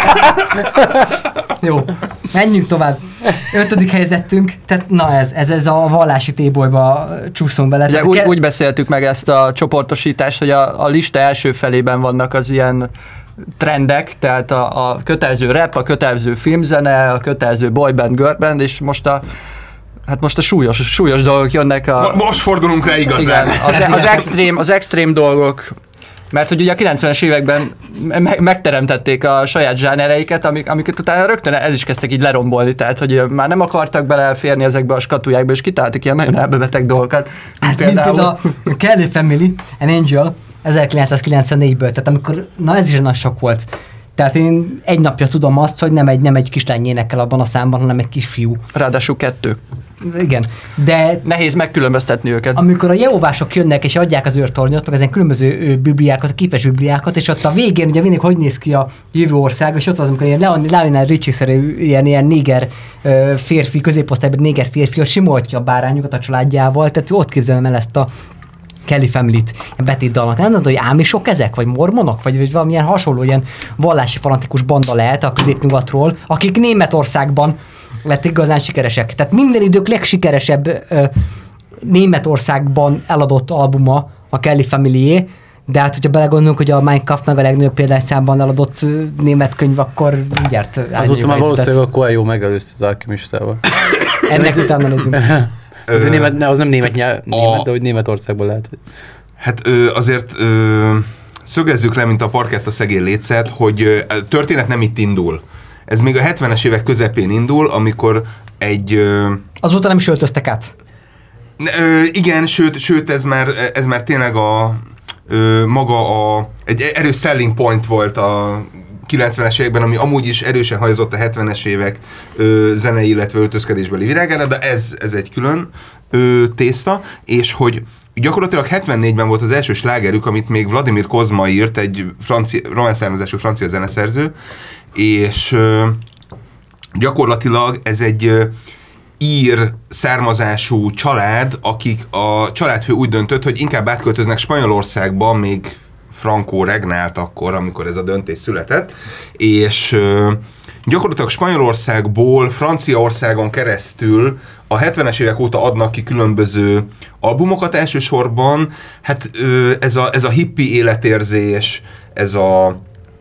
Jó, menjünk tovább. 5. helyzetünk, tehát na ez a vallási tébolyba csúszunk bele. Ugye, úgy beszéltük meg ezt a csoportosítást, hogy a lista első felében vannak az ilyen trendek, tehát a kötelező rap, a kötelező filmzene, a kötelező boyband, girlband, és most a súlyos dolgok jönnek. Most fordulunk rá igazán. Igen, az extrém dolgok. Mert hogy ugye a 90-es években megteremtették a saját zsánereiket, amiket utána rögtön el is kezdtek így lerombolni, tehát hogy már nem akartak beleférni ezekbe a skatujákba, és kitáltak ilyen nagyon elbebeteg dolgokat. Mint például a Kelly Family, An Angel 1994-ből, tehát amikor, ez is nagy sok volt. Tehát én egy napja tudom azt, hogy nem egy kislány énekel abban a számban, hanem egy kisfiú. Ráadásul 2. Igen, de... Nehéz megkülönböztetni őket. Amikor a jehovások jönnek és adják az őrtornyot, meg ezen különböző bibliákat, képes bibliákat, és ott a végén ugye mindig hogy néz ki a jövő ország, és ott az, amikor ilyen Lionel Richie-szerű ilyen néger férfi, középosztályban néger férfi, hogy simoltja a bárányokat a családjával, tehát ott képzelem el ezt a Kelly Family-t, betétdalnak. Nem tudom, hogy ámisok ezek, vagy mormonok, vagy valamilyen hasonló ilyen vallási fanatikus banda lehet a középnyugatról, akik Németországban lettek igazán sikeresek. Tehát minden idők legsikeresebb Németországban eladott albuma a Kelly Family-é, de hát, hogyha belegondolunk, hogy a Minecraft meg a legnagyobb példányszámban eladott német könyv, akkor mindjárt azóta már valószínűleg a Coelho megelőzte az Alkimistával. Ennek utána nézzünk. Az nem német, de hogy Németországban lehet. Hát azért szögezzük le, mint a parketta szegény létszet, hogy történet nem itt indul. Ez még a 70-es évek közepén indul, amikor azóta nem is öltöztek át? Igen, sőt ez már tényleg egy erős selling point volt a 90-es években, ami amúgy is erősen hajozott a 70-es évek zenei, illetve öltözkedésbeli virágára, de ez egy külön tészta, és hogy gyakorlatilag 74-ben volt az első slágerük, amit még Vladimir Kozma írt, egy román származású francia zeneszerző, és gyakorlatilag ez egy ír származású család, akik a családfő úgy döntött, hogy inkább átköltöznek Spanyolországba, még Franco regnált akkor, amikor ez a döntés született, és gyakorlatilag Spanyolországból Franciaországon keresztül a 70-es évek óta adnak ki különböző albumokat elsősorban, hát ez a hippi életérzés, ez a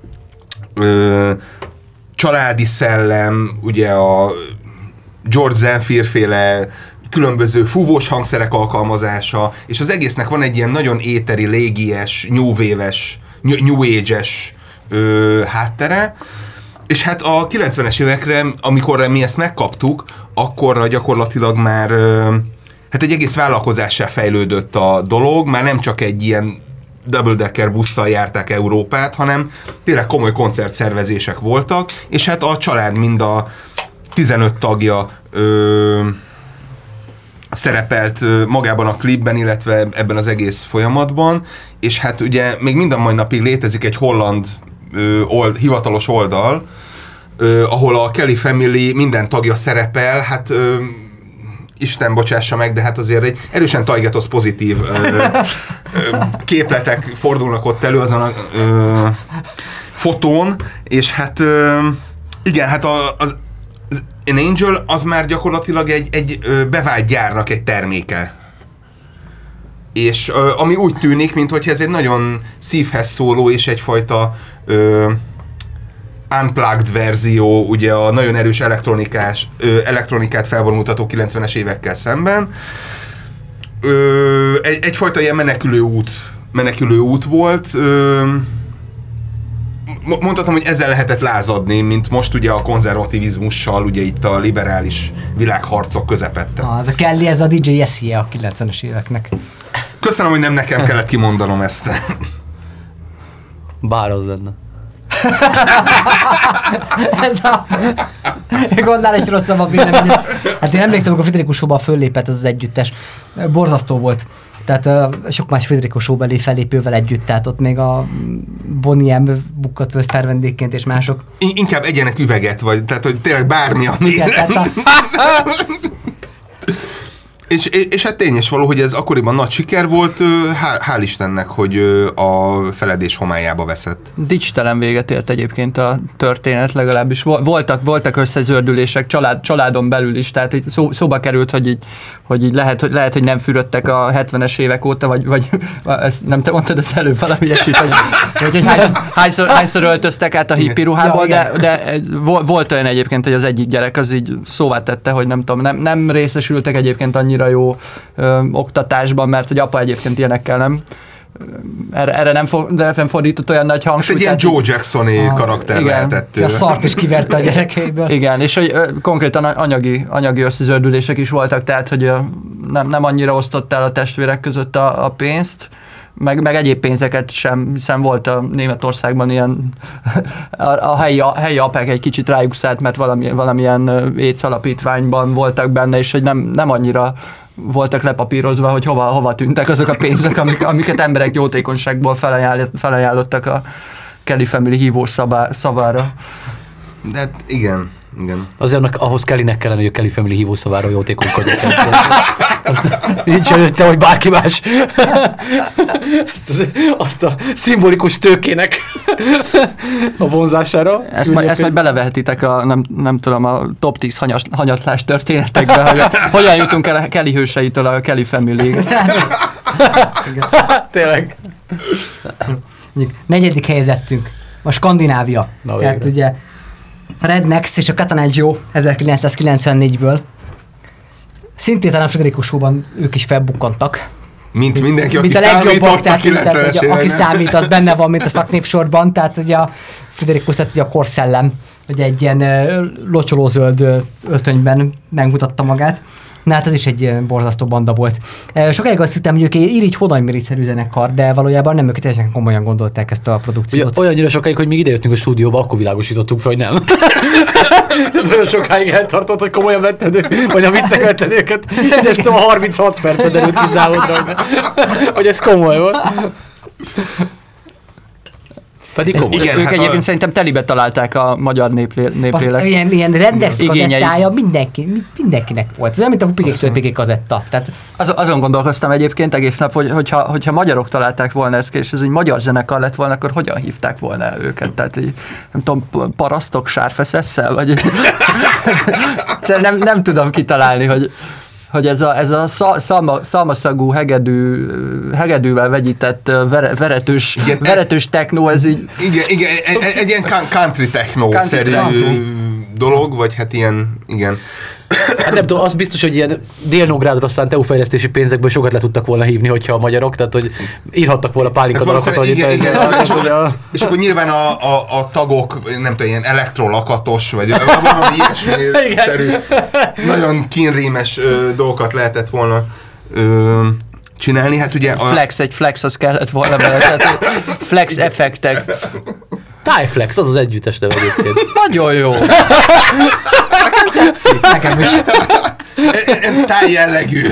családi szellem, ugye a George Zenfir-féle különböző fúvós hangszerek alkalmazása, és az egésznek van egy ilyen nagyon éteri, légies, new wave-es, new age-es háttere, és hát a 90-es évekre, amikor mi ezt megkaptuk, akkorra gyakorlatilag már hát egy egész vállalkozássá fejlődött a dolog, már nem csak egy ilyen double-decker busszal járták Európát, hanem tényleg komoly koncertszervezések voltak, és hát a család mind a 15 tagja szerepelt magában a klipben, illetve ebben az egész folyamatban, és hát ugye még mind a mai napig létezik egy holland hivatalos oldal, ahol a Kelly Family minden tagja szerepel, hát Isten bocsássa meg, de hát azért egy erősen tajgetosz pozitív képletek fordulnak ott elő azon a fotón, és hát igen, hát az An Angel az már gyakorlatilag egy bevált gyárnak egy terméke. És ami úgy tűnik, mintha ez egy nagyon szívhez szóló és egyfajta unplugged verzió, ugye a nagyon erős elektronikát felvonultató 90-es évekkel szemben. Egyfajta ilyen menekülő út volt. Mondhatom, hogy ezzel lehetett lázadni, mint most ugye a konzervativizmussal, ugye itt a liberális világharcok közepette. Ez a Kelly, ez a DJ Yessie a 90-es éveknek. Köszönöm, hogy nem nekem kellett kimondanom ezt. Bár az lenne. Ez a... Gondnál egy rosszabb a véleményem. Hát én emlékszem, amikor Federico Show-ban föllépett az együttes. Borzasztó volt. Tehát sok más Federico Show-beli fellépővel együtt, tehát ott még a Bonnie M bukott föl sztár vendégként és mások. Inkább egyenek üveget, vagy tehát, hogy tényleg bármi, ami... Igen, És hát tény és való, hogy ez akkoriban nagy siker volt, hál' Istennek, hogy a feledés homályába veszett. Dicsitelen véget ért egyébként a történet, legalábbis voltak összezördülések családon belül is, tehát így szóba került, hogy így lehet, hogy nem fürödtek a 70-es évek óta, vagy ezt nem te mondtad az előbb valami ilyesmit, hogy hányszor öltöztek át a hippi ruhából, de volt olyan egyébként, hogy az egyik gyerek az így szóvá tette, hogy nem tudom, nem részesültek egyébként annyira jó oktatásban, mert hogy apa egyébként ilyenekkel nem erre nem fordított olyan nagy hangsúlyt. Hát egy ilyen Joe Jackson-i karakter lehetett. A szart is kiverte a gyerekeiből. Igen, és hogy konkrétan anyagi összezördülések is voltak, tehát hogy nem annyira osztott el a testvérek között a pénzt, meg egyéb pénzeket sem, hiszen volt a Németországban ilyen, a helyi apák egy kicsit rájuk szállt, mert valamilyen AIDS alapítványban voltak benne, és hogy nem annyira voltak lepapírozva, hogy hova tűntek azok a pénzek, amiket emberek jótékonyságból felajánlottak a Kelly Family hívó szavára. De hát igen. Azért ahhoz Kellynek kellene, hogy a Kelly Family hívószavára jótékonykodjak. Nincs előtte, hogy bárki más azt a szimbolikus tőkének a vonzására. Ezt majd belevehetitek nem tudom, a top 10 hanyatlás történetekbe, hogy hogyan jutunk el a Kelly hőseitől a Kelly Family-ig. Tényleg. Negyedik helyezettünk. A Skandinávia. Tehát ugye a Rednecks és a Catanaggio 1994-ből. Szintén talán a Federico Show-ban ők is felbukkantak. Mint mindenki, aki számított a 90-es években. Aki számít, az benne van, mint a szaknépsorban. Tehát ugye a Federico Show, ugye a korszellem, hogy egy ilyen locsolózöld öltönyben megmutatta magát. Na hát ez is egy ilyen borzasztó banda volt. Sokáig azt hittem, hogy ők így Hodaj-Mirigyszerű zenekar, de valójában nem, ők teljesen komolyan gondolták ezt a produkciót. Olyannyira sokáig, hogy még idejöttünk a stúdióba, akkor világosítottuk fel, hogy nem. Olyan sokáig eltartott, hogy komolyan vetted, vagy a viccek vetted őket, de tudom, a 36 percet előtt kiszállod, hogy ez komoly volt. Pedig komoly. Igen, ők egyébként szerintem telibe találták a magyar néplélek. Ilyen Rednecks kazettája mindenkinek volt. Ez olyan, mint a Hupigék kazetta. Tehát... Azon gondolkoztam egyébként egész nap, hogyha magyarok találták volna ezt, és ez egy magyar zenekar lett volna, akkor hogyan hívták volna őket? Tehát így, nem tudom, parasztok sárfeszesszel? Vagy... nem tudom kitalálni, hogy ez a szalmaszagú hegedűvel vegyített veretős techno, ez így... Igen, egy ilyen country techno-szerű dolog, vagy hát ilyen, igen. Hát nem tudom, az biztos, hogy ilyen Dél-Nógrádra aztán TEU fejlesztési pénzekből sokat le tudtak volna hívni, hogyha a magyarok, tehát hogy írhattak volna pálinkadarakat. Hát és akkor nyilván a tagok, nem tudom, ilyen elektrolakatos, vagy valami ilyesmi-szerű, nagyon kínrémes dolgokat lehetett volna csinálni. Hát ugye egy flex az kellett volna vele, tehát flex effektek. Tyflex, az együttes neve egyébként. Nagyon jó. Nekem tetszik, nekem is. Táj jellegű.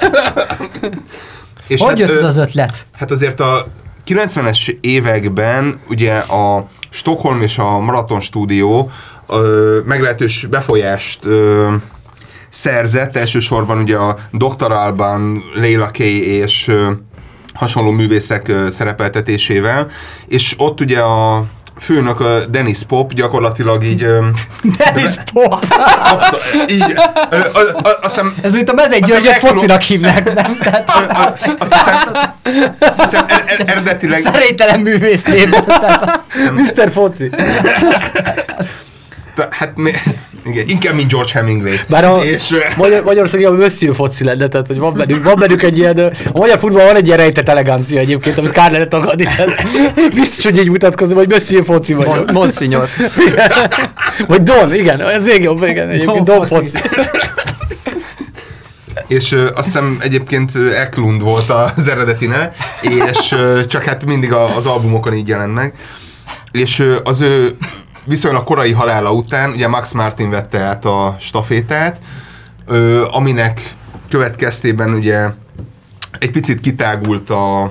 És hogy jött ez az ötlet? Hát azért a 90-es években ugye a Stockholm és a Marathon Stúdió meglehetős befolyást szerzett, elsősorban ugye a Dr. Alban, Leila Kay és hasonló művészek szerepeltetésével, és ott ugye a főnök a Dennis Pop gyakorlatilag így... Dennis Pop! Így, azt hiszem... Ez itt a Mezeigyörgyöt focinak hívnak, nem? Azt hiszem eredetileg... Szerénytelen művész név. Mr. Foci. Hát igen, inkább mint George Hemingway. Bár Magyarországon a Monsieur Foci lenne, tehát hogy van bennük egy ilyen, a magyar futball van egy ilyen rejtett elegancia egyébként, amit kár lenne tagadni. Biztos, hogy így mutatkozni, vagy Monsieur Foci vagy. Monsignor. Vagy Don, igen, ez még jobb, igen, egyébként Don Foci. És azt hiszem egyébként Eklund volt az eredetine, és csak hát mindig az albumokon így jelent meg. És az ő viszonylag korai halála után ugye Max Martin vette át a stafétát, aminek következtében ugye egy picit kitágult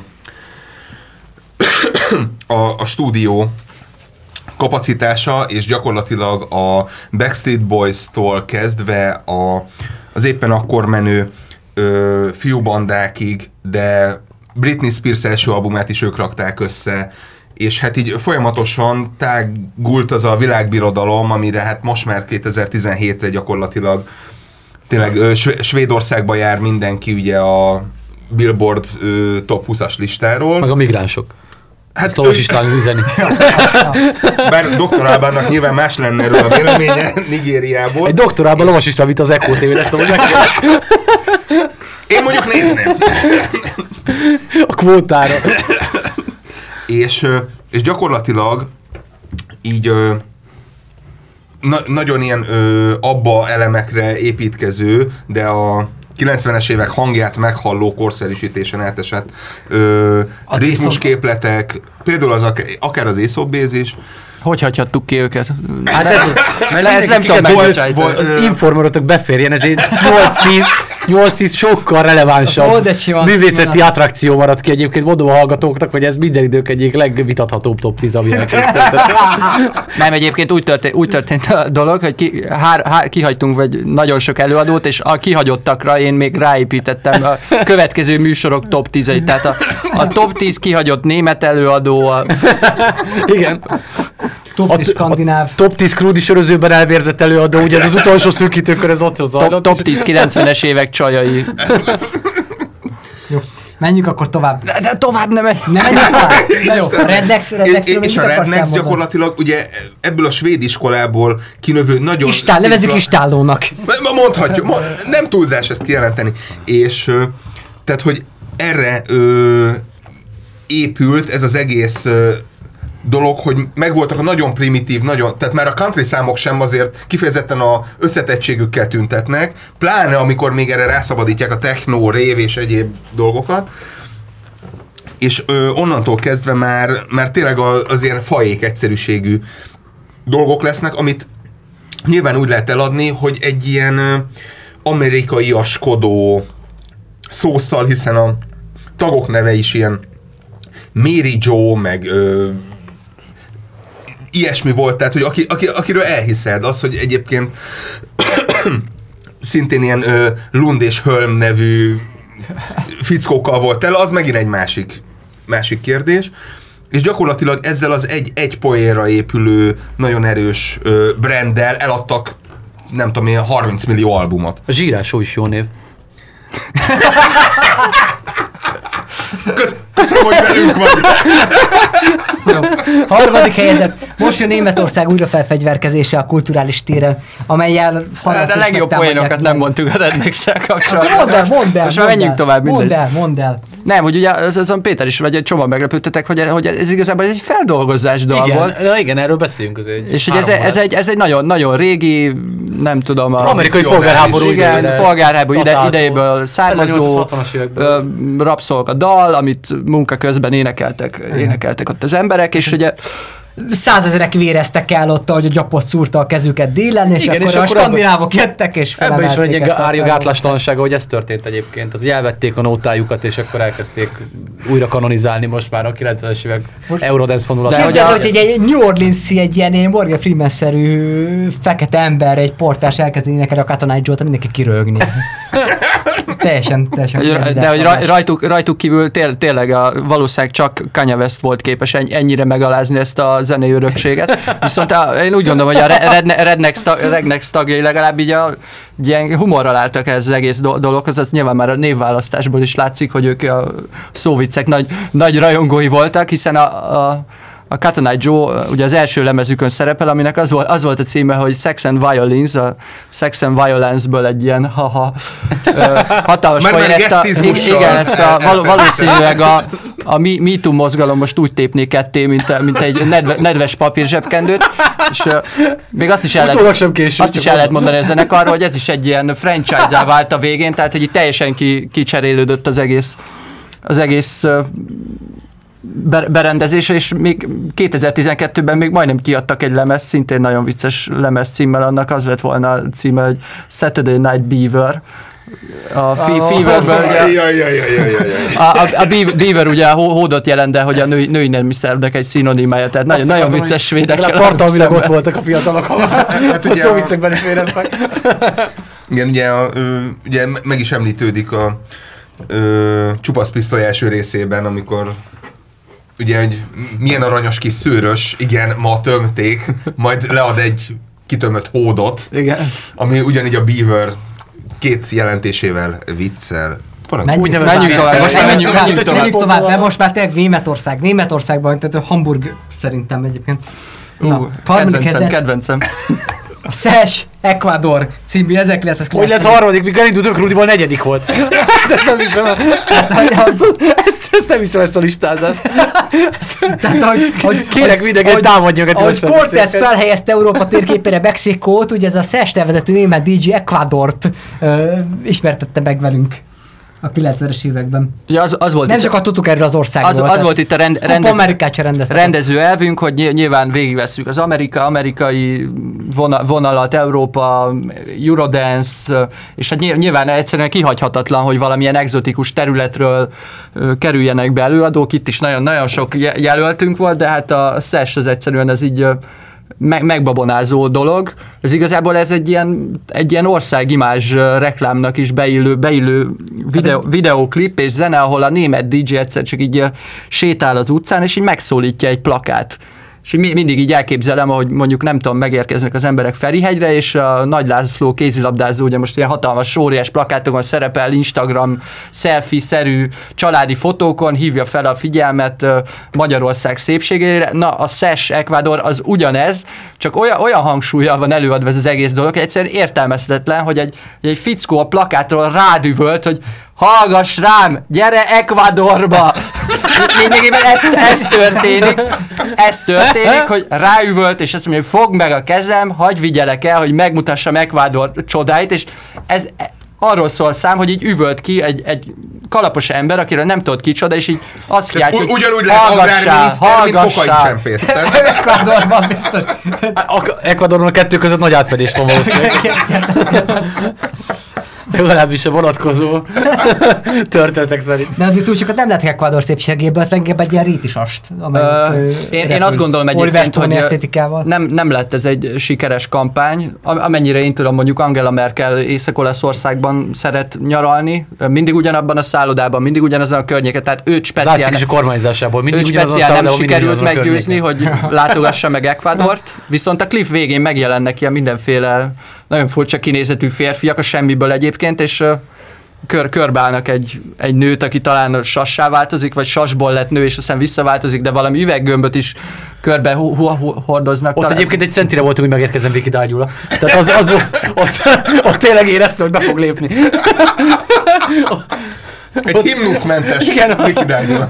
a stúdió kapacitása, és gyakorlatilag a Backstreet Boys-tól kezdve az éppen akkor menő fiúbandákig, de Britney Spears első albumát is ők rakták össze, és hát így folyamatosan tágult az a világbirodalom, amire hát most már 2017-re gyakorlatilag tényleg Svédországba jár mindenki ugye a Billboard top 20-as listáról. Meg a migránsok. Hát Lovas István üzeni. Bár Dr. Albánnak nyilván más lenne erről a véleménye Nigériából. Egy Dr. Albán Lovas István vitt az Echo TV-t, ezt mondjuk én mondjuk nézném. A kvótára. És gyakorlatilag így nagyon ilyen abba elemekre építkező, de a 90-es évek hangját meghalló korszerűsítésen átesett ritmusképletek, például akár az Aesop Base is. Hogy hagyhattuk ki őket? Hát ez nem tudom megbocsátani. Az informerotok beférjen, ezért 8-10 sokkal relevánsabb művészeti attrakció maradt ki. Egyébként mondom a hallgatóknak, hogy ez minden idők egyik legvitathatóbb top 10, ami elkészített. Nem, egyébként úgy történt a dolog, hogy kihagytunk vagy nagyon sok előadót, és a kihagyottakra én még ráépítettem a következő műsorok top 10-eit. Tehát a top 10 kihagyott német előadó. Igen. Top 10 skandináv. Top 10 krúdi sörözőben elvérzett előadó, ugye ez az utolsó szűkítőkör, ez ott zajlott. Top 10 90-es évek csajai. Jó, menjünk akkor tovább. De tovább nem menjünk tovább. Na jó, és a Rednex gyakorlatilag ugye ebből a svéd iskolából kinövő nagyon... Nevezzük istállónak. Mondhatjuk, nem túlzás ezt kijelenteni. És tehát, hogy erre épült ez az egész dolog, hogy megvoltak a nagyon primitív, tehát már a country számok sem azért kifejezetten a összetettségükkel tüntetnek, pláne amikor még erre rászabadítják a techno, rév és egyéb dolgokat, és onnantól kezdve már tényleg az ilyen fajék egyszerűségű dolgok lesznek, amit nyilván úgy lehet eladni, hogy egy ilyen amerikaiaskodó szószal, hiszen a tagok neve is ilyen Mary Joe, meg ilyesmi volt, tehát, hogy akiről elhiszed, az, hogy egyébként szintén ilyen Lund és Hölm nevű fickókkal volt el, az megint egy másik kérdés. És gyakorlatilag ezzel az egy poénra épülő, nagyon erős branddel eladtak, nem tudom én, 30 millió albumot. A Zsírásó is jó név. Köszönöm, hogy velünk vagy. Jó. Harmadik helyzet. Most jön Németország újrafelfegyverkezése a kulturális téren, amellyel de a legjobb poénokat nem mondtuk a Rednexszel kapcsolatban. Mondd el. Most már menjünk tovább. Mondd el. Nem, hogy ugye azon Péter is vagy egy csomag meglepődtetek, hogy ez igazából egy feldolgozás dal volt. Igen, erről beszélünk azért. És hogy ez egy nagyon, nagyon régi, nem tudom, amerikai polgárháború idejéből származó rabszolga dal, amit munka közben énekeltek ott az emberek, és ugye 100 000-ek véreztek el ott, hogy a gyapot szúrta a kezüket délen, és igen, akkor és a skandinávok jöttek, és ebben is van egy árjogátlástalansága, hogy ez történt egyébként. Tehát, hogy elvették a nótájukat, és akkor elkezdték újra kanonizálni most már a 90-es évek Eurodance vonulat. Képzeld, hogy egy New Orleans-i, egy ilyen Morgan Freeman-szerű fekete ember, egy portás elkezd énekelni a Cotton Eye Joe-t, mindenki kirögni. Teljesen. De hogy rajtuk kívül tényleg valószínűleg csak Kanye West volt képes ennyire megalázni ezt a zenei örökséget. Viszont én úgy gondolom, hogy a Rednex tagjai legalább így ilyen humorral álltak ez az egész dologhoz, az nyilván már a névválasztásból is látszik, hogy ők a szóviccek nagy rajongói voltak, hiszen a Cotton Eye Joe ugye az első lemezükön szerepel, aminek az volt a címe, hogy Sex and Violence, a Sex and Violence-ből egy ilyen hatalmas poén. Ezt valószínűleg a Me Too mozgalom most úgy tépné ketté, mint egy nedves papír zsebkendőt, és még azt is el lehet mondani a zenekarról, hogy ez is egy ilyen franchise-á vált a végén, tehát hogy itt teljesen kicserélődött az egész berendezésre, és még 2012-ben még majdnem kiadtak egy lemez, szintén nagyon vicces lemez címmel, annak az lett volna a címe, hogy Saturday Night Beaver. A Feverből a Beaver ugye hódot jelent, de hogy a női nemi szervnek egy szinonimája, tehát nagyon vicces svédekkel. Tartalmilag ott voltak a fiatalok, a szóviccekben is éreztek. Igen, ugye meg is említődik a Csupasz Pisztoly első részében, amikor ugye egy milyen aranyos kis szőrös, igen, ma tömték, majd lead egy kitömött hódot, igen. Ami ugyanígy a Beaver két jelentésével viccel. Menjünk tovább, mert most már tényleg Németországban, tehát Hamburg szerintem egyébként. Kedvencem. A SES Ecuador című 1990. Hogy lett harmadik, mikor elindultunk Rudiból negyedik volt. Ezt nem hiszem. Ezt nem hiszem, ezt a listázást. Kérek mindenket támadjon. Ahogy Cortez felhelyezte Európa térképére Mexikót, ugye ez a SES nevezetű német DJ Ecuadort ismertette meg velünk a 90-es években. Ja, az volt nem csak tudtuk erről az országról. Az volt itt a rendező elvünk, hogy nyilván végigvesszük az amerikai vonalat, Európa, Eurodance, és hát nyilván egyszerűen kihagyhatatlan, hogy valamilyen egzotikus területről kerüljenek be előadók. Itt is nagyon sok jelöltünk volt, de hát a SES az egyszerűen ez így megbabonázó dolog. Ez igazából egy ilyen országimázs reklámnak is beillő videóklip és zene, ahol a német DJ egyszer csak így sétál az utcán, és így megszólítja egy plakát. És mindig így elképzelem, hogy mondjuk nem tudom, megérkeznek az emberek Ferihegyre, és a Nagy László kézilabdázó, ugye most ilyen hatalmas, óriás plakátokon szerepel, Instagram selfie-szerű családi fotókon, hívja fel a figyelmet Magyarország szépségére. Na, a SES Ecuador az ugyanez, csak olyan hangsúllyal van előadva ez az egész dolog, hogy egyszerűen értelmezhetetlen, hogy egy fickó a plakátról rádüvölt, hogy hallgass rám, gyere Ecuadorba! Lényegében ez történik, hogy ráüvölt, és azt mondja, hogy fogd meg a kezem, hagyj vigyelek el, hogy megmutassam Ecuador csodáit, és ez arról szól szám, hogy így üvölt ki egy kalapos ember, akiről nem tudod kicsoda, és így azt kiáltja, hogy ugyanúgy lehet agrárminiszter, mint kokaincsempészter. Ecuadorban biztos. Ecuadorban a kettő között nagy átfedés van valószínűleg. Legalábbis a vonatkozó történetek szerint. De azért túl sokat nem lehet Ecuador szépségéből, inkább egy ilyen rítisast. Én azt gondolom egyébként, hogy nem lett ez egy sikeres kampány. Amennyire én tudom, mondjuk Angela Merkel Észak-Olaszországban szeret nyaralni, mindig ugyanabban a szállodában, mindig ugyanazon a környéken, tehát őt speciál nem sikerült meggyőzni, hogy látogassa meg Ecuadort, viszont a klip végén megjelennek ilyen mindenféle nagyon furcsa kinézetű férfiak a semmiből egyébként, és körbeállnak egy nőt, aki talán sassá változik, vagy sasból lett nő, és aztán visszaváltozik, de valami üveggömböt is körbe hordoznak. Ott egyébként egy centire voltunk, hogy megérkezem Viki Dágyula. Tehát az ott tényleg érezte, hogy be fog lépni. Egy himnuszmentes Viki Dágyula.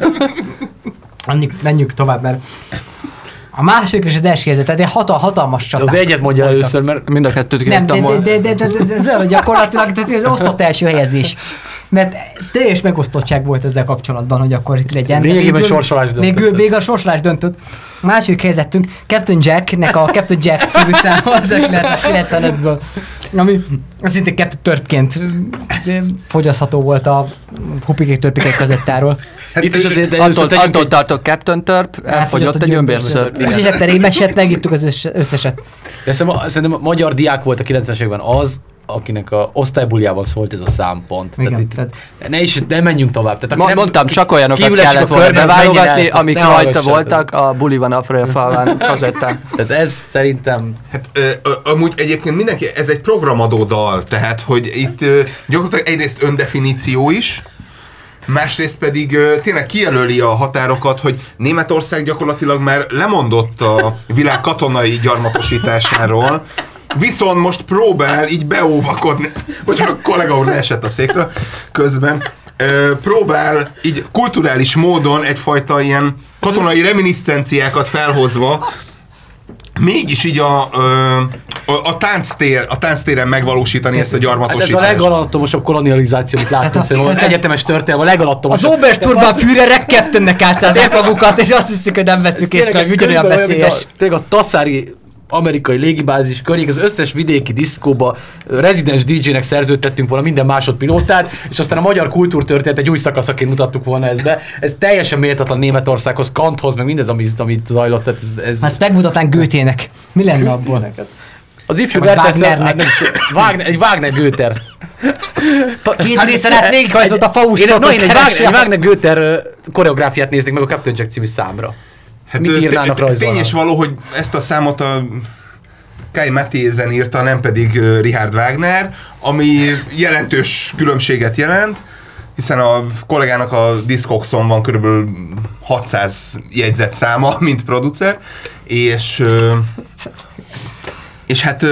Menjünk tovább, mert a második és az első helyzet, tehát hatalmas csaták. Az egyet mondja először, mert mind a kettőt nem, de ez olyan, gyakorlatilag tehát ez osztott első helyezés. Mert teljes megosztottság volt ezzel kapcsolatban, hogy akkor legyen. Lényegében sorsolás döntött. Végül a sorsolás döntött. A második helyzetünk Captain Jack-nek a Captain Jack című száma 1995-ből, ami szintén Captain Törpként fogyasztható volt a Hupikék Törpikék kazettáról. Hát itt is azért attól tartok Captain Törp, elfogyott egy önbérszörp. Úgyhogy egyszer émeset, megírtuk az összeset. Szerintem a magyar diák volt a 90-es években az, akinek a osztálybuliában szólt ez a számpont. Igen, ne menjünk tovább. Tehát mondtam, csak olyanokat kellett volna beválogatni, amik rajta voltak a Buliban Alfredo Falván kazettán. Tehát ez szerintem... Hát amúgy egyébként mindenki, ez egy programadó dal, tehát hogy itt gyakorlatilag egyrészt öndefiníció is, másrészt pedig tényleg kijelöli a határokat, hogy Németország gyakorlatilag már lemondott a világ katonai gyarmatosításáról, viszont most próbál így beóvakodni, bocsánat, a kollega úr leesett a székre közben, próbál így kulturális módon egyfajta ilyen katonai reminiscenciákat felhozva, mégis így a tánctéren megvalósítani ezt a gyarmatosítást. Hát ez a legalattomosabb kolonializáció, amit láttunk, szerintem egyetemes történelme, a legalattomosabb. Az Obersturmbannführerek Captainnek átszázzák magukat, és azt hiszik, hogy nem veszük észre, hogy ugyanolyan veszélyes. Tényleg a Tassári amerikai légibázis környék, az összes vidéki diszkóba rezidens DJ-nek szerződtettünk volna minden másodpilótát, és aztán a magyar kultúrtörténet egy új szakaszaként mutattuk volna ezt be. Ez teljesen méltatlan Németországhoz, Kanthoz, meg mindez, amit zajlott. Ezt megmutatnánk Goethének. Mi lenne abból? Az ifjú Wagnernek. Egy Wagner-Göter. Két részen át végighajzott a Faustot. Én egy Wagner-Göter koreográfiát néznék meg a Captain Jack című számra. Hát tény és való, hogy ezt a számot a Kai Matthäusen írta, nem pedig Richard Wagner, ami jelentős különbséget jelent, hiszen a kollégának a Discogson van körülbelül 600 jegyzett száma, mint producer, és hát...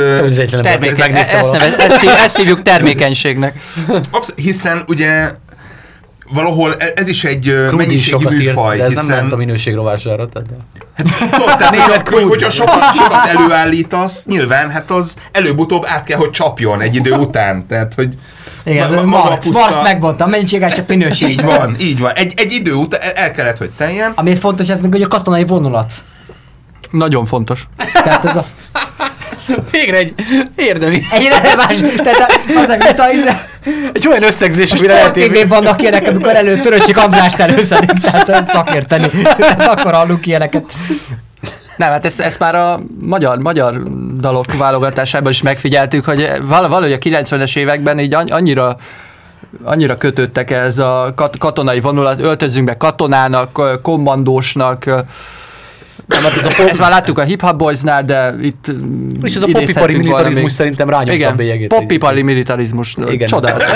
Ezt hívjuk termékenységnek. Hiszen ugye valahol ez is egy mennyiségi műfaj, de ez nem ment a minőség rovására. Tehát hogyha sokat előállítasz, nyilván hát az előbb-utóbb át kell, hogy csapjon egy idő után. Tehát, hogy igen, Marx megmondta, a mennyiség át csak minőség. Így van. Egy idő után el kellett, hogy teljen. Amit fontos, ez meg hogy a katonai vonulat. Nagyon fontos. Tehát ez a... Végre egy érdemi. Egy releváns, tehát egy olyan összegzés, amire lehet érni. A Sport TV vannak ilyenek, amikor Töröcsik Andrást előszedik, tehát szakérteni. Tehát akkor hallunk ilyeneket. Nem, hát ezt már a magyar dalok válogatásában is megfigyeltük, hogy valahogy a 90-es években így annyira kötődtek ez a katonai vonulat, öltözzünk be katonának, kommandósnak. Nem, hát ezt már láttuk a Hip Hop Boysnál, de itt és ez a poppipari militarizmus szerintem rányomta a bélyegét. Poppipari militarizmus. Csodálatos.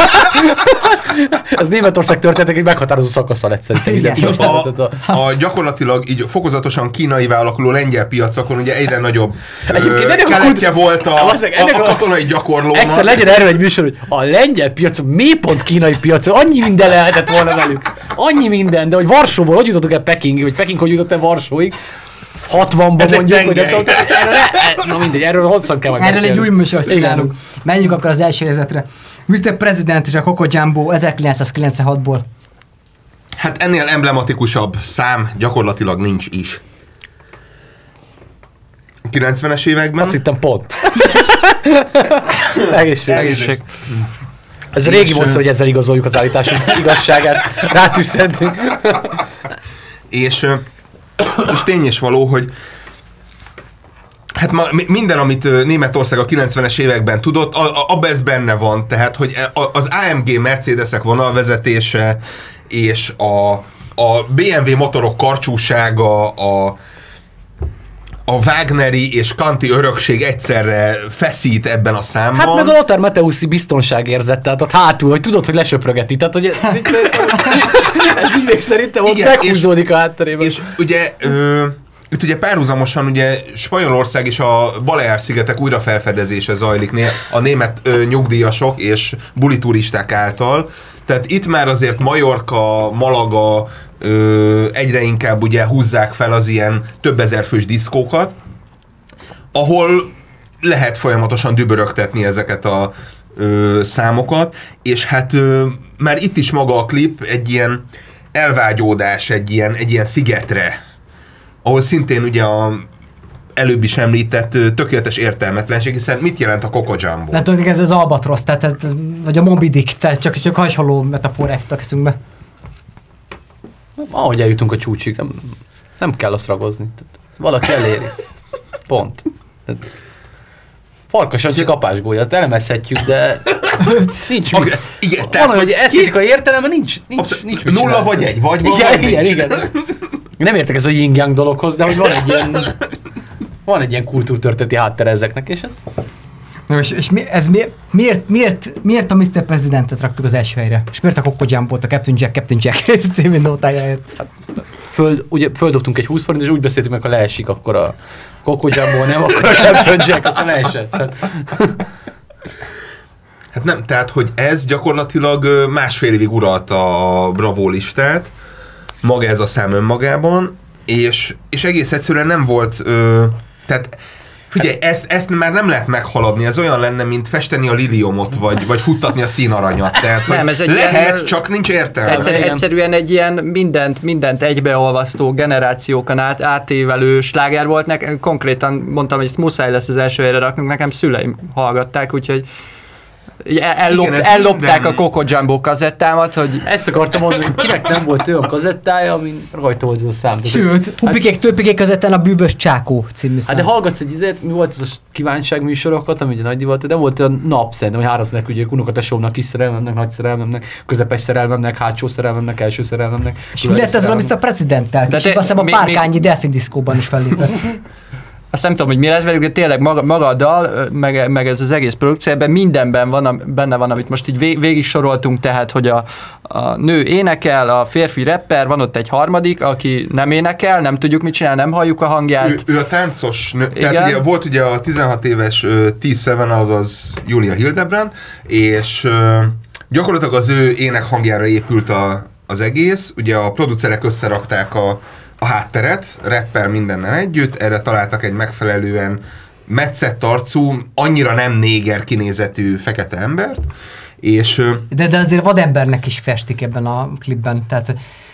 Ez Németország történetek egy meghatározó szakasza lett szerintem. Gyakorlatilag így fokozatosan kínaivé alakuló lengyel piacokon ugye egyre nagyobb keletje volt a katonai gyakorlónak. Egyszer legyen erről egy műsor, hogy a lengyel piacok mélypont kínai piacok, annyi minden lehetett volna velük. Annyi minden, de hogy Varsóból hogy jutottuk el Pekingig, vagy Peking hogy jutott el Varsóig, 60-ban mondjuk, hogy na mindegy, erről hosszan kell meg beszélni. Erről egy új műsort csinálunk. Menjünk akkor az első helyzetre. Mr. President és a Coco Jumbo 1996-ból. Hát ennél emblematikusabb szám gyakorlatilag nincs is. 90-es években. Azt hittem pont. Egészség. Ez a régi módszer, hogy ezzel igazoljuk az állításunk igazságát. Rátűszentünk. És tény és való, hogy hát minden, amit Németország a 90-es években tudott, abban ez benne van. Tehát, hogy az AMG Mercedesek vonalvezetése és a BMW motorok karcsúsága, a Wagneri és Kanti örökség egyszerre feszít ebben a számban. Hát meg a Lothar Matthäuszi biztonságérzet, tehát ott hátul, hogy tudod, hogy lesöprögeti, tehát hogy ez így még szerintem ott meghúzódik a hátterében. És ugye itt ugye párhuzamosan ugye Spanyolország és a Baleár-szigetek újrafelfedezése zajlik a német nyugdíjasok és bulituristák által. Tehát itt már azért Majorka, Malaga egyre inkább ugye húzzák fel az ilyen több ezer fős diszkókat, ahol lehet folyamatosan dübörögtetni ezeket a számokat, és hát már itt is maga a klip egy ilyen elvágyódás egy ilyen szigetre, ahol szintén ugye a előbb is említett tökéletes értelmetlenség, hiszen mit jelent a Coco Jumbo? Nem tudom, ez az Albatrosz, tehát, vagy a Moby Dick, tehát csak hasonló metaforák jutnak eszünkbe. Ahogy eljutunk a csúcsig, nem kell azt ragozni. Tehát valaki eléri. Pont. Farkas csak apásgólya, azt elemezhetjük, de nincs mit. Igen, van, hogy esztétikai értelemben nincs nulla vagy egy, vagy van. Igen. Nem értek ez a yin-yang dologhoz, de hogy van egy ilyen kultúrtörténeti háttere ezeknek, és ez... Miért a Mr. Presidentet raktuk az első helyre? És miért a Coco Jumbo-t, a Captain Jack című nótájáért? Hát, ugye földobtunk egy 20 forint, és úgy beszéltünk meg, ha leesik, akkor a Coco Jumbo, nem, akkor a Captain Jack, aztán leesett. Hát nem, tehát, hogy ez gyakorlatilag másfél évig uralta a Bravo listát, maga ez a szám önmagában, és egész egyszerűen nem volt, tehát figyelj, ezt már nem lehet meghaladni, ez olyan lenne, mint festeni a liliomot, vagy futtatni a színaranyat, tehát nem, ez lehet, ilyen, csak nincs értelme. Egyszerűen egy ilyen mindent egybeolvasztó, generációkon átévelő sláger volt, konkrétan mondtam, hogy ezt muszáj lesz az első helyre raknunk, nekem szüleim hallgatták, úgyhogy ellopták a Coco Jumbo kazettámat, hogy... Ezt akartam mondani, hogy kinek nem volt olyan kazettája, amin rajta volt ez a szám. Sőt, Töppikék kazettán a Bűvös Csákó című szám. Hát de hallgatsz egy izét, mi volt ez a kívánságműsorokat, ami ugye nagy divat, de volt olyan nap szerintem, hogy háromszor ugye unokatesómnak, kis szerelmemnek, nagy szerelmemnek, közepes szerelmemnek, hátsó szerelmemnek, első szerelmemnek. És mi lett ezzel a Mr. Presidenttel? És azt hiszem a Párkányi Delfin diszkóban is fellépett. Azt nem tudom, hogy mi lesz velük, de tényleg maga a dal, meg ez az egész produkció, ebben mindenben benne van, amit most így végig soroltunk, tehát, hogy a nő énekel, a férfi rapper, van ott egy harmadik, aki nem énekel, nem tudjuk mit csinál, nem halljuk a hangját. Ő a táncos nő, tehát ugye volt ugye a 16 éves T7, azaz Julia Hildebrand, és gyakorlatilag az ő ének hangjára épült az egész, ugye a producerek összerakták a hátteret, rappel mindennel együtt, erre találtak egy megfelelően metszett arcú, annyira nem néger kinézetű fekete embert, és... De azért vadembernek is festik ebben a klipben, tehát...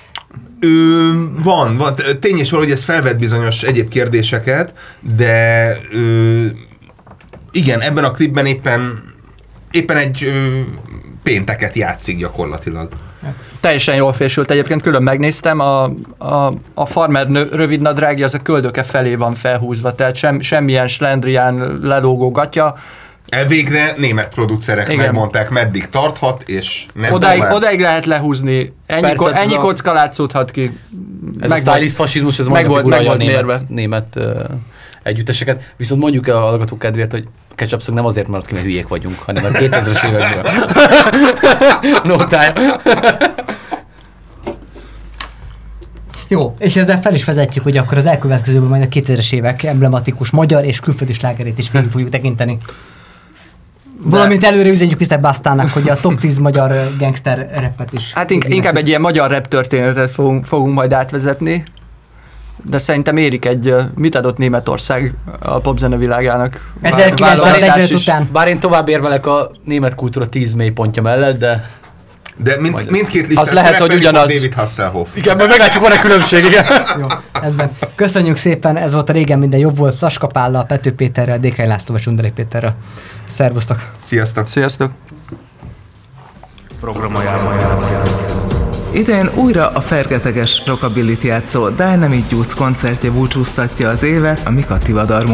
Van. Tény és valahogy ez felvet bizonyos egyéb kérdéseket, de igen, ebben a klipben éppen egy pénteket játszik gyakorlatilag. Teljesen jól fésült egyébként, külön megnéztem, a farmer rövidnadrágja az a köldöke felé van felhúzva, tehát semmilyen slendrián lelógó gatya. Elvégre német producerek megmondták, meddig tarthat, és nem odáig lehet lehúzni, ennyi kocka látszódhat ki. Ez a stylist fasizmus, ez meg volt a német együtteseket, viszont mondjuk a hallgatók kedvéért, hogy Ketchup nem azért maradt ki, mert hülyék vagyunk, hanem a 2000-es évekből. Nótája. Jó, és ezzel fel is vezetjük, hogy akkor az elkövetkezőben majd a 2000-es évek emblematikus magyar és külföldi slágerét is végig fogjuk tekinteni. Valamint előre üzenjük Mr. Bastának, hogy a top 10 magyar gangster rappet is. Hát inkább egy ilyen magyar rap történetet fogunk majd átvezetni, de szerintem érik egy mit adott Németország a popzene világának. 1945 után. Bár én tovább érvelek a német kultúra 10 mélypontja mellett, de mindkét listán az lehet, hogy ugyanaz. David Hasselhoff. Igen, majd meglátjuk, van-e különbség, igen. Jó, ebben. Köszönjük szépen, ez volt a Régen minden jobb volt, Laska Pállal, Pető Péterrel, Dékely Lászlóval, Sundari Péterrel. Szervusztok! Sziasztok! Sziasztok! Idén újra a fergeteges rockability játszó Dynamite Youth koncertje búcsúztatja az évet a Mikati Vadar